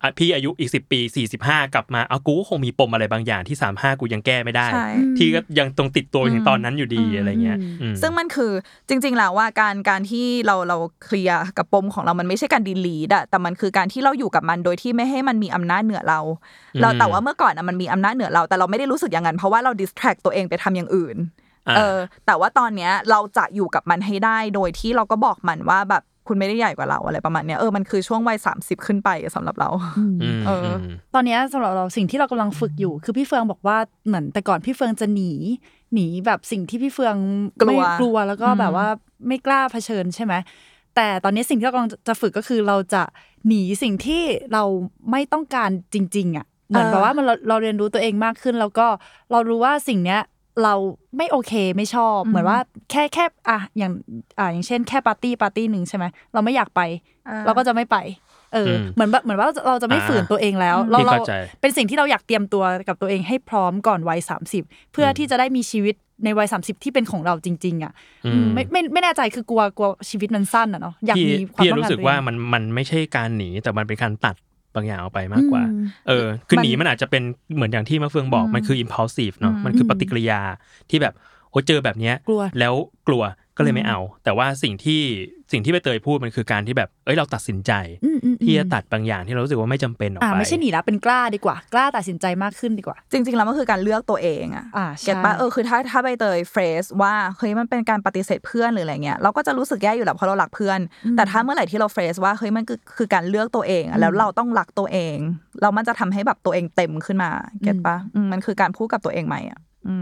พี่อายุอีก10 ปี45กลับมาเอากูก็คงมีปมอะไรบางอย่างที่35กูยังแก้ไม่ได้ที่ก็ยังตรงติดตัวถึงตอนนั้นอยู่ดีอะไรเงี้ยซึ่งมันคือจริงๆแล้วว่าการที่เราเคลียร์กับปมของเรามันไม่ใช่การดีลีทอะแต่มันคือการที่เราอยู่กับมันโดยที่ไม่ให้มันมีอำนาจเหนือเราแต่ว่าเมื่อก่อนมันมีอำนาจเหนือเราแต่เราไม่ได้รู้สึกอย่างนั้นเพราะว่าเราดิสแทรกตัวเองไปทำอย่างอื่นแต่ว่าตอนเนี้ยเราจะอยู่กับมันให้ได้โดยที่เราก็บอกมันว่าแบบคุณไม่ได้ใหญ่กว่าเราอะไรประมาณเนี้ยมันคือช่วงวัย30ขึ้นไปสำหรับเราตอนนี้สำหรับเราสิ่งที่เรากำลังฝึกอยู่คือพี่เฟืองบอกว่าเหมือนแต่ก่อนพี่เฟืองจะหนีแบบสิ่งที่พี่เฟืองไม่กลัวแล้วก็แบบว่าไม่กล้าเผชิญใช่ไหมแต่ตอนนี้สิ่งที่เรากำลังจะฝึกก็คือเราจะหนีสิ่งที่เราไม่ต้องการจริงๆอ่ะเหมือนแบบว่าเราเรียนรู้ตัวเองมากขึ้นแล้วก็เรารู้ว่าสิ่งเนี้ยเราไม่โอเคไม่ชอบเหมือนว่าแค่อย่างเช่นแค่ปาร์ตี้นึงใช่ไหมเราไม่อยากไปเราก็จะไม่ไปเหมือนว่าเราจะไม่ฝืนตัวเองแล้วเราเป็นสิ่งที่เราอยากเตรียมตัวกับตัวเองให้พร้อมก่อนวัย30เพื่อที่จะได้มีชีวิตในวัย30ที่เป็นของเราจริงๆอ่ะไม่แน่ใจคือกลัวชีวิตมันสั้นอ่ะเนาะอยากมีความต้องการตัวเองรู้สึกว่ามันไม่ใช่การหนีแต่มันเป็นการตัดบางอย่างออกไปมากกว่าคือหนีมันอาจจะเป็นเหมือนอย่างที่มะเฟืองบอกมันคือ impulsive เนาะมันคือปฏิกิริยาที่แบบโหเจอแบบเนี้ยแล้วกลัวก็เลยไม่เอาแต่ว่าสิ่งที่ใบเตยพูดมันคือการที่แบบเราตัดสินใจที่จะตัดบางอย่างที่เรารู้สึกว่าไม่จำเป็นออกไปไม่ใช่หนีแล้วเป็นกล้าดีกว่ากล้าตัดสินใจมากขึ้นดีกว่าจริงๆแล้วมันคือการเลือกตัวเองอ่ะเก็ทป่ะคือถ้าใบเตยเฟรสว่าเฮ้ยมันเป็นการปฏิเสธเพื่อนหรืออะไรเงี้ยเราก็จะรู้สึกแย่อยู่แล้วเพราะเรารักเพื่อนแต่ถ้าเมื่อไหร่ที่เราเฟรสว่าเฮ้ยมันคือการเลือกตัวเองแล้วเราต้องรักตัวเองแล้วมันจะทำให้แบบตัวเองเต็มขึ้นมาเก็ทป่ะมันคือการพูดกับตัวเองใหม่อ่ะ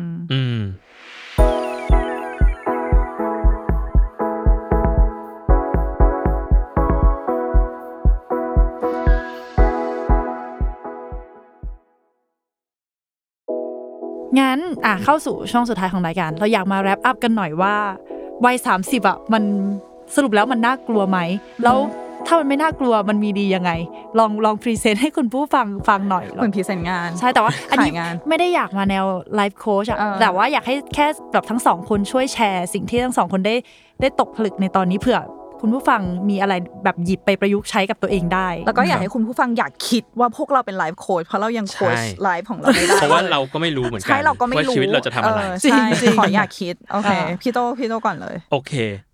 งั้นเข้าสู่ช่วงสุดท้ายของรายการเราอยากมาแรปอัพกันหน่อยว่าวัย30อ่ะมันสรุปแล้วมันน่ากลัวไหมแล้วถ้ามันไม่น่ากลัวมันมีดียังไงลองพรีเซนต์ให้คุณผู้ฟังหน่อยเหมือนพรีเซนต์งานใช่แต่ว่าอันนี้ไม่ได้อยากมาแนวไลฟ์โค้ชแต่ว่าอยากให้แค่แบบทั้งสองคนช่วยแชร์สิ่งที่ทั้งสองคนได้ตกผลึกในตอนนี้เผื่อคุณผู้ฟังมีอะไรแบบหยิบไปประยุกต์ใช้กับตัวเองได้แล้วก็อยากให้คุณผู้ฟังอยากคิดว่าพวกเราเป็นไลฟ์โค้ชเพราะเรายังโค้ชไลฟ์ของเราไม่ได้เพราะว่าเราก็ไม่รู้เหมือนกันว่าชีวิตเราจะทำอะไรใช่ขออยากคิดโอเคพี่โตก่อนเลยโอเค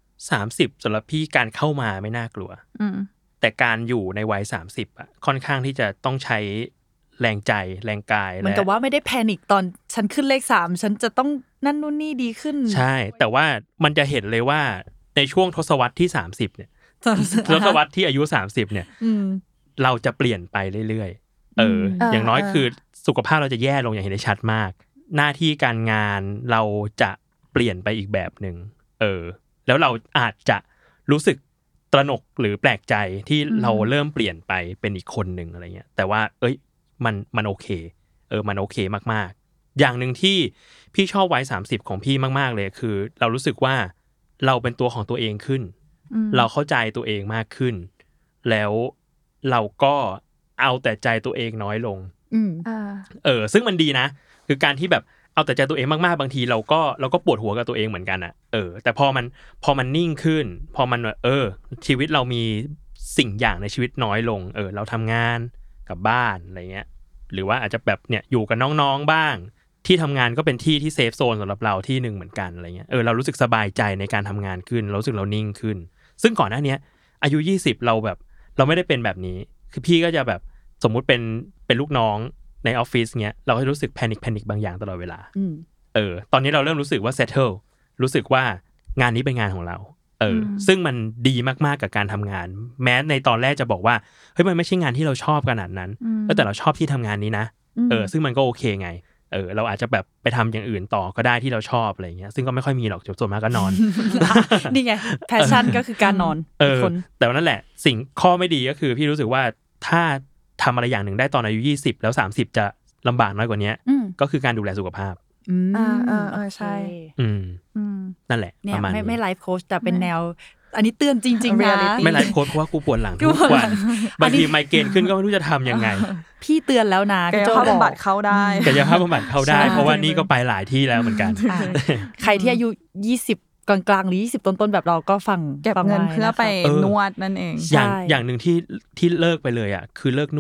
30สำหรับพี่การเข้ามาไม่น่ากลัวแต่การอยู่ในวัย30อ่ะค่อนข้างที่จะต้องใช้แรงใจแรงกายเหมือนกับว่าไม่ได้แพนิคตอนฉันขึ้นเลข3ฉันจะต้องนั่นนู่นนี่ดีขึ้นใช่แต่ว่ามันจะเห็นเลยว่าในช่วงทศวรรษที่30เนี่ยทศวรรษที่อายุ30เนี่ยเราจะเปลี่ยนไปเรื่อยๆอย่างน้อยคือสุขภาพเราจะแย่ลงอย่างเห็นได้ชัดมากหน้าที่การงานเราจะเปลี่ยนไปอีกแบบนึงแล้วเราอาจจะรู้สึกตระหนกหรือแปลกใจที่เราเริ่มเปลี่ยนไปเป็นอีกคนนึงอะไรเงี้ยแต่ว่ามันโอเคมันโอเคมากๆอย่างนึงที่พี่ชอบวัย30ของพี่มากๆเลยคือเรารู้สึกว่าเราเป็นตัวของตัวเองขึ้นเราเข้าใจตัวเองมากขึ้นแล้วเราก็เอาแต่ใจตัวเองน้อยลงซึ่งมันดีนะคือการที่แบบเอาแต่ใจตัวเองมากๆบางทีเราก็ปวดหัวกับตัวเองเหมือนกันอ่ะแต่พอมันนิ่งขึ้นพอมันชีวิตเรามีสิ่งอย่างในชีวิตน้อยลงเราทำงานกับบ้านอะไรเงี้ยหรือว่าอาจจะแบบเนี่ยอยู่กับน้องๆบ้างที่ทำงานก็เป็นที่ที่เซฟโซนสำหรับเราที่นึงเหมือนกันอะไรเงี้ยเรารู้สึกสบายใจในการทำงานขึ้นเรารู้สึกเรานิ่งขึ้นซึ่งก่อนหน้านี้อายุ20เราไม่ได้เป็นแบบนี้คือพี่ก็จะแบบสมมุติเป็นลูกน้องในออฟฟิศเงี้ยเราก็รู้สึกแพนิคบางอย่างตลอดเวลาตอนนี้เราเริ่มรู้สึกว่าเซตเทิลรู้สึกว่างานนี้เป็นงานของเราซึ่งมันดีมากๆกับการทำงานแม้ในตอนแรกจะบอกว่าเฮ้ยมันไม่ใช่งานที่เราชอบขนาดนั้นแต่เราชอบที่ทำงานนี้นะซึ่งมันก็โอเคไงเราอาจจะแบบไปทำอย่างอื่นต่อก็ได้ที่เราชอบอะไรเงี้ยซึ่งก็ไม่ค่อยมีหรอกส่วนมากก็นอนนี่ไงแพชชั่นก็คือการนอนคนแต่นั่นแหละสิ่งข้อไม่ดีก็คือพี่รู้สึกว่าถ้าทำอะไรอย่างหนึ่งได้ตอนอายุ20แล้ว30จะลำบากน้อยกว่านี้ก็คือการดูแลสุขภาพใช่นั่นแหละประมาณนี้ไม่ไลฟ์โค้ชแต่เป็นแนวอันนี้เตือนจริงๆนะไม่ไลฟ์โค้ชเพราะว่ากูปวดหลังทุกวันบางทีไมเกรนขึ้นก็ไม่รู้จะทำยังไงพี่เตือนแล้วนะกายภาพบำบัดเข้าได้เพราะว่านี่ก็ไปหลายที่แล้วเหมือนกันใครที่อายุ20กลางๆหรือ20ต้นๆแบบเราก็ฟังเก็บเงินเพื่อไปนวดนั่นเองอย่างนึงที่เลิกไปเลยอ่ะคือเลิกนวด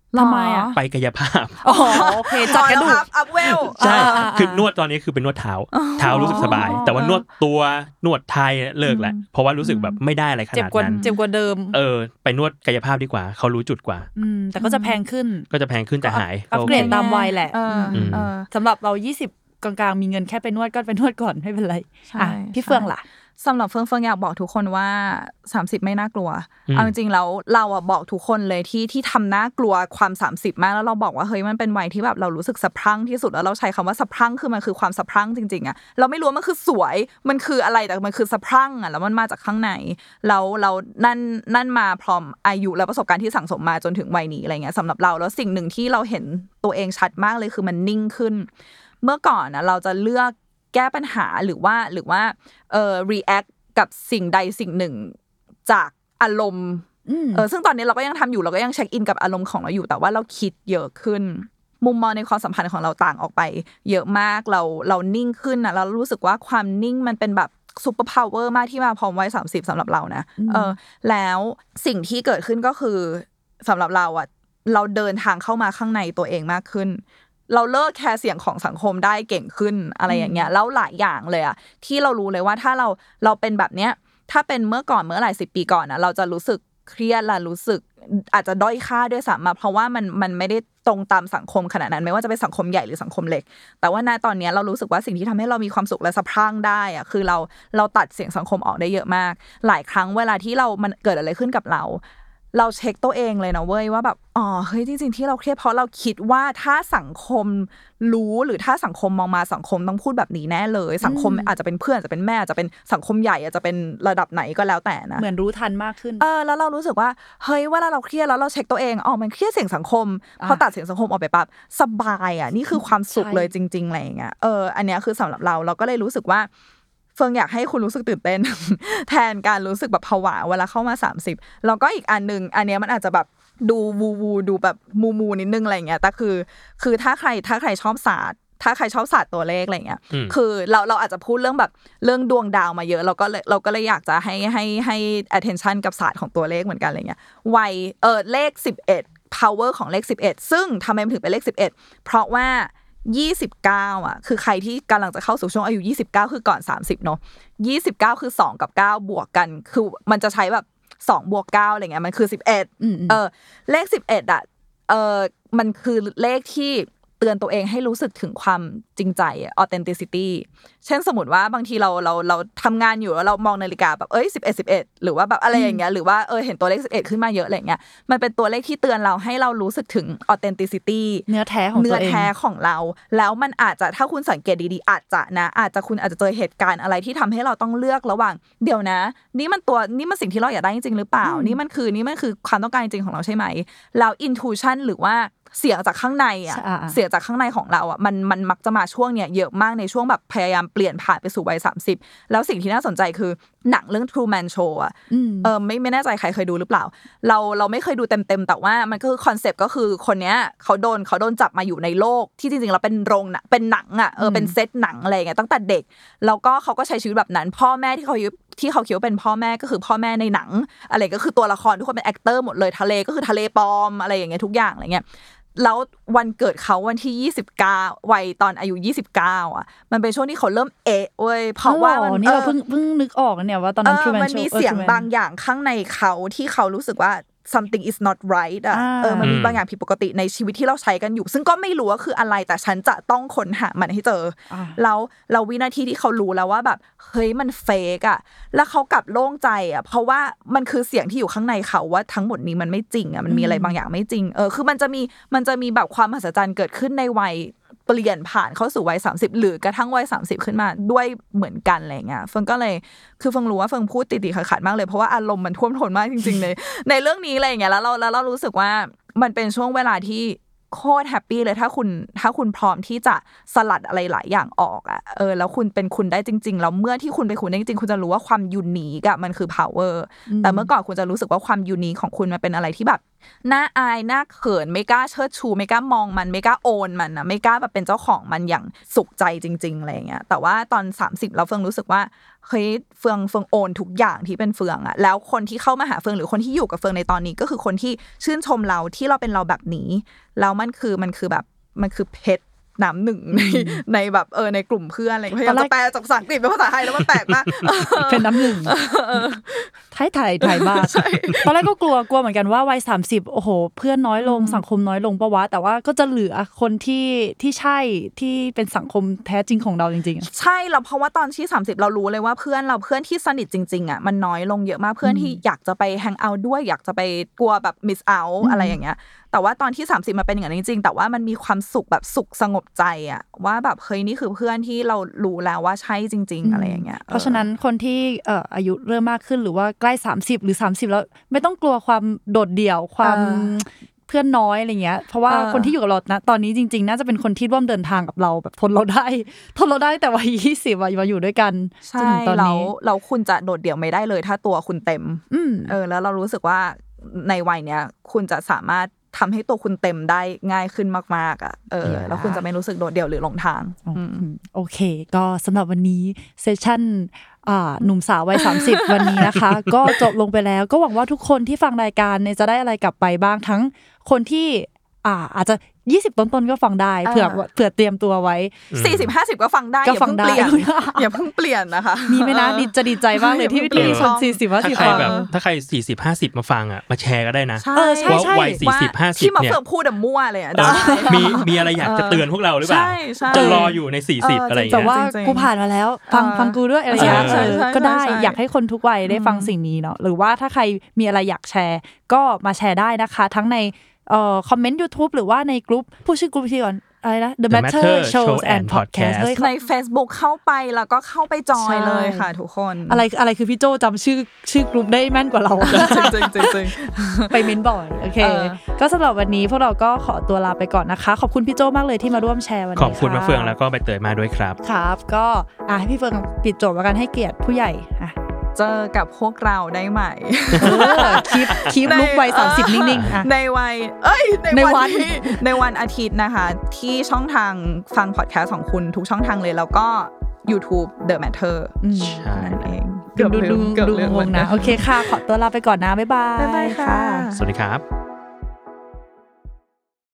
ทำไมอ่ะไปกายภาพอ๋อโอเคจัดกระดูกอัพเวลใช่คือนวดตอนนี้คือเป็นนวดเท้ารู้สึกสบายแต่ว่านวดตัวนวดไทยเลิกแล้วเพราะว่ารู้สึกแบบไม่ได้อะไรขนาดนั้นเจ็บกว่าเดิมไปนวดกายภาพดีกว่าเขารู้จุดกว่าแต่ก็จะแพงขึ้นแต่หายอัปเกรดตามวัยแหละสำหรับเรา20กลางๆมีเงินแค่ไปนวดก็ไปนวดก่อนไม่เป็นไรพี่เฟืองล่ะสำหรับเฟืองอยากบอกทุกคนว่า30ไม่น่ากลัวเอาจริงๆแล้วเราอ่ะบอกทุกคนเลยที่ทำน่ากลัวความ30มากแล้วเราบอกว่าเฮ้ยมันเป็นวัยที่แบบเรารู้สึกสะพรั่งที่สุดแล้วเราใช้คำว่าสะพรั่งคือมันคือความสะพรั่งจริงๆอ่ะเราไม่รู้มันคือสวยมันคืออะไรแต่มันคือสะพรั่งอ่ะแล้วมันมาจากข้างในเรานั่นมาพร้อมอายุและประสบการณ์ที่สั่งสมมาจนถึงวัยนี้อะไรเงี้ยสำหรับเราแล้วสิ่งหนึ่งที่เราเห็นตัวเองชัดมากเลยคือมันนิ่งขึ้นเมื่อก่อนนะเราจะเลือกแก้ปัญหาหรือว่าreact กับสิ่งใดสิ่งหนึ่งจากอารมณ์ซึ่งตอนนี้เราก็ยังทำอยู่เราก็ยังเช็คอินกับอารมณ์ของเราอยู่แต่ว่าเราคิดเยอะขึ้นมุมมองในความสัมพันธ์ของเราต่างออกไปเยอะมากเรานิ่งขึ้นนะเรารู้สึกว่าความนิ่งมันเป็นแบบซุปเปอร์พาวเวอร์มากที่มาพร้อมวัย30สำหรับเรานะแล้วสิ่งที่เกิดขึ้นก็คือสำหรับเราอ่ะเราเดินทางเข้ามาข้างในตัวเองมากขึ้นเราเลิกแคร์เสียงของสังคมได้เก่งขึ้นอะไรอย่างเงี้ยแล้วหลายอย่างเลยอะที่เรารู้เลยว่าถ้าเราเป็นแบบเนี้ยถ้าเป็นเมื่อหลาย10 ปีก่อนนะเราจะรู้สึกเครียดละรู้สึกอาจจะด้อยค่าด้วยซ้ำมาเพราะว่ามันไม่ได้ตรงตามสังคมขนาดนั้นไม่ว่าจะเป็นสังคมใหญ่หรือสังคมเล็กแต่ว่าณตอนนี้เรารู้สึกว่าสิ่งที่ทำให้เรามีความสุขและสะพรั่งได้อะคือเราตัดเสียงสังคมออกได้เยอะมากหลายครั้งเวลาที่มันเกิดอะไรขึ้นกับเราเช็คตัวเองเลยนะเว้ยว่าแบบเฮ้ยจริงๆที่เราเครียดเพราะเราคิดว่าถ้าสังคมรู้หรือถ้าสังคมมองมาสังคมต้องพูดแบบนี้แน่เลยสังคมอาจจะเป็นเพื่อนอาจจะเป็นแม่อาจจะเป็นสังคมใหญ่อาจจะเป็นระดับไหนก็แล้วแต่นะเหมือนรู้ทันมากขึ้นแล้วเรารู้สึกว่าเฮ้ยเวลาเราเครียดแล้วเราเช็คตัวเองมันเครียดเสียงสังคมพอตัดเสียงสังคมออกไปปั๊บสบายนี่คือความสุขเลยจริงๆอะไรอย่างเงี้ยอันนี้คือสำหรับเราก็เลยรู้สึกว่าเฟิงอยากให้คุณรู้สึกตื่นเต้น แทนการรู้สึกแบบผวาเวลาเข้ามา30แล้วก็อีกอันนึงอันนี้มันอาจจะแบบดูวูดูแบบมูนิดนึงอะไรเงี้ยแต่คือถ้าใครชอบศาสตร์ถ้าใครชอบศาสตร์ตัวเลขอะไรเงี้ยคือเราอาจจะพูดเรื่องแบบเรื่องดวงดาวมาเยอะเราก็เลยอยากจะให้ attention กับศาสตร์ของตัวเลขเหมือนกันอะไรเงี้ยวัยเลข11 power ของเลข11ซึ่งทำไมมันถึงเป็นเลข11เพราะว่า29อ่ะคือใครที่กำลังจะเข้าสู่ช่วงอายุ29คือก่อน30เนาะ29คือ2กับ9บวกกันคือมันจะใช้แบบ2บวก9อะไรเงี้ยมันคือ11เลข11อ่ะมันคือเลขที่เตือนตัวเองให้รู้สึกถึงความจริงใจ authenticity เช่นสมมติว่าบางทีเราทำงานอยู่แล้วเรามองนาฬิกาแบบ11หรือว่าแบบอะไรอย่างเงี้ยหรือว่าเห็นตัวเลข11ขึ้นมาเยอะอะไรเงี้ยมันเป็นตัวเลขที่เตือนเราให้เรารู้สึกถึง authenticity เนื้อแท้ของตัวเองเนื้อแท้ของเราแล้วมันอาจจะถ้าคุณสังเกตดีๆอาจจะคุณอาจจะเจอเหตุการณ์อะไรที่ทำให้เราต้องเลือกระหว่างเดี๋ยวนะนี่มันสิ่งที่เราอยากได้จริงๆหรือเปล่านี่มันคือความต้องการจริงๆของเราใช่ไหมแล้ว intuition หรือว่าเสียงจากข้างในเสียงจากข้างในของเรามันมักจะมาช่วงเนี้ยเยอะมากในช่วงแบบพยายามเปลี่ยนผ่านไปสู่วัย30แล้วสิ่งที่น่าสนใจคือหนังเรื่อง Truman Show ไม่แน่ใจใครเคยดูหรือเปล่าเราไม่เคยดูเต็มแต่ว่ามันก็คือคอนเซปต์ก็คือคนเนี้ยเขาโดนจับมาอยู่ในโลกที่จริงๆแล้วเป็นโรงเป็นหนังเป็นเซตหนังอะไรอย่างเงี้ยตั้งแต่เด็กแล้วก็เขาก็ใช้ชีวิตแบบนั้นพ่อแม่ที่เขาคิดว่าเป็นพ่อแม่ก็คือพ่อแม่ในหนังอะไรก็คือตัวละครทุกคนเป็นแอคเตอร์หมดเลยทะเลก็คือทะเลปลอมอะไรอย่างเงี้ยทุกอย่างอะไรเงี้ยแล้ววันเกิดเขาวันที่29วัยตอนอายุ29มันเป็นช่วงที่เขาเริ่มเว้ยเพราะว่ามันนี่เราเพิ่งนึกออกเนี่ยว่าตอนนั้นมันมีเสียงบางอย่างข้างในเขาที่เขารู้สึกว่า something is not right มันมีบางอย่างผิดปกติในชีวิตที่เราใช้กันอยู่ซึ่งก็ไม่รู้ว่าคืออะไรแต่ฉันจะต้องค้นหามันให้เจอแล้ววินาทีที่เขารู้แล้วว่าแบบเฮ้ยมันเฟกแล้วเขากลับโล่งใจเพราะว่ามันคือเสียงที่อยู่ข้างในเขาว่าทั้งหมดนี้มันไม่จริงมันมีอะไรบางอย่างไม่จริงคือมันจะมีแบบความมหัศจรรย์เกิดขึ้นในวัยเปลี่ยนผ่านเข้าสู่วัย30หรือกระทั่งวัย30ขึ้นมาด้วยเหมือนกันอะไรเงี้ยเฟิงก็เลยคือเฟิงรู้ว่าเฟิงพูดติดๆขัดๆมากเลยเพราะว่าอารมณ์มันท่วมท้นมากจริงๆในเรื่องนี้อะไรอย่างเงี้ยแล้วเรารู้สึกว่ามันเป็นช่วงเวลาที่โคตรแฮปปี้เลยถ้าคุณพร้อมที่จะสลัดอะไรหลายอย่างออกแล้วคุณเป็นคุณได้จริงๆแล้วเมื่อที่คุณเป็นคุณได้จริงๆคุณจะรู้ว่าความยูนิคมันคือ power แต่เมื่อก่อนคุณจะรู้สึกว่าความยูนิคของคุณมันเป็นอะไรที่แบบน่าอายน่าเขินไม่กล้าเชิดชูไม่กล้ามองมันไม่กล้าโอนมันนะไม่กล้าแบบเป็นเจ้าของมันอย่างสุขใจจริงๆอะไรอย่างเงี้ยแต่ว่าตอน30เราเฟืองรู้สึกว่าเฮ้ยเฟืองโอนทุกอย่างที่เป็นเฟืองอ่ะแล้วคนที่เข้ามาหาเฟืองหรือคนที่อยู่กับเฟืองในตอนนี้ก็คือคนที่ชื่นชมเราที่เราเป็นเราแบบนี้แล้วมันคือแบบมันคือเพชรน้ำหนึ่งในแบบในกลุ่มเพื่อนอะไรพยายามจะแปลจากภาษาอังกฤษเป็นภาษาไทยแล้วมันแปลกมากเป็นน้ำหนึ่งไทยบ้างตอนแรกก็กลัวเหมือนกันว่าวัย30โอ้โหเพื่อนน้อยลงสังคมน้อยลงปะวะแต่ว่าก็จะเหลือคนที่ใช่ที่เป็นสังคมแท้จริงของเราจริงๆใช่แล้วเพราะว่าตอนที่30เรารู้เลยว่าเพื่อนที่สนิทจริงๆอ่ะมันน้อยลงเยอะมากเพื่อนที่อยากจะไปแฮงเอาท์ด้วยอยากจะไปกลัวแบบมิสเอาท์อะไรอย่างเงี้ยแต่ว่าตอนที่30มันเป็นอย่างนั้นจริงๆแต่ว่ามันมีความสุขแบบสุขสงบใจอะว่าแบบเฮ้ยนี่คือเพื่อนที่เรารู้แล้วว่าใช่จริงๆอะไรอย่างเงี้ยเพราะฉะนั้นคนที่อายุเริ่มมากขึ้นหรือว่าใกล้30หรือ30แล้วไม่ต้องกลัวความโดดเดี่ยวความเพื่อนน้อยอะไรเงี้ยเพราะว่าคนที่อยู่กับเรานะตอนนี้จริงๆน่าจะเป็นคนที่ร่วมเดินทางกับเราแบบทนเราได้แต่วัย20มาอยู่ด้วยกันใช่เราคุณจะโดดเดี่ยวไม่ได้เลยถ้าตัวคุณเต็มแล้วเรารู้สึกว่าในวัยเนี้ยคุณจะสามารถทำให้ตัวคุณเต็มได้ง่ายขึ้นมากๆอ่ะแล้วคุณจะไม่รู้สึกโดดเดี่ยวหรือหลงทางโอเคก็สำหรับวันนี้เซสชั่นหนุ่มสาววัย30วันนี้นะคะก็จบลงไปแล้วก็หวังว่าทุกคนที่ฟังรายการเนี่ยจะได้อะไรกลับไปบ้างทั้งคนที่อาจจะ20ต้นๆก็ฟังได้เผื่อเตรียมตัวไว้ 40-50ก็ฟังได้อย่าเพิ่งเปลี่ยนนะคะมีไหมนะดีใจมากเลยที่คน40-50ฟังถ้าใคร40-50มาฟังอ่ะมาแชร์ก็ได้นะว่าวัย40-50 ที่มาเฟื่องพูดมั่วเลยอ่ะมีอะไรอยากจะเตือนพวกเราหรือเปล่าจะรออยู่ใน40อะไรอย่างเงี้ยแต่ว่ากูผ่านมาแล้วฟังกูด้วยอะไรอย่างเงี้ยก็ได้อยากให้คนทุกวัยได้ฟังสิ่งนี้เนาะหรือว่าถ้าใครมีอะไรอยากแชร์ก็มาแชร์ได้นะคะทั้งในคอมเมนต์ YouTube หรือว่าในกลุ่มผู้ชื่อกลุ่มที่ก่อนอะไรนะ The Matter Shows and Podcast ใน Facebook เข้าไปแล้วก็เข้าไปจอยเลยค่ะทุกคนอะไรคือพี่โจจำชื่อกลุ่มได้แม่นกว่าเราจริงไปเม้นบ่อยโอเคก็สำหรับวันนี้พวกเราก็ขอตัวลาไปก่อนนะคะขอบคุณพี่โจมากเลยที่มาร่วมแชร์วันนี้ขอบคุณมาเฟืองแล้วก็ใบเตยมาด้วยครับครับก็ให้พี่เฟืองปิดจบแล้วกันให้เกียรติผู้ใหญ่เจอกับพวกเราได้ใหม่คลิปลุกวัย30นิ่งๆในวันอาทิตย์นะคะที่ช่องทางฟังพอดแคสต์ของคุณทุกช่องทางเลยแล้วก็ YouTube The Matter ใช่นั่นเองดูงงนะโอเคค่ะขอตัวลาไปก่อนนะบ๊ายบายค่ะสวัสดีครับ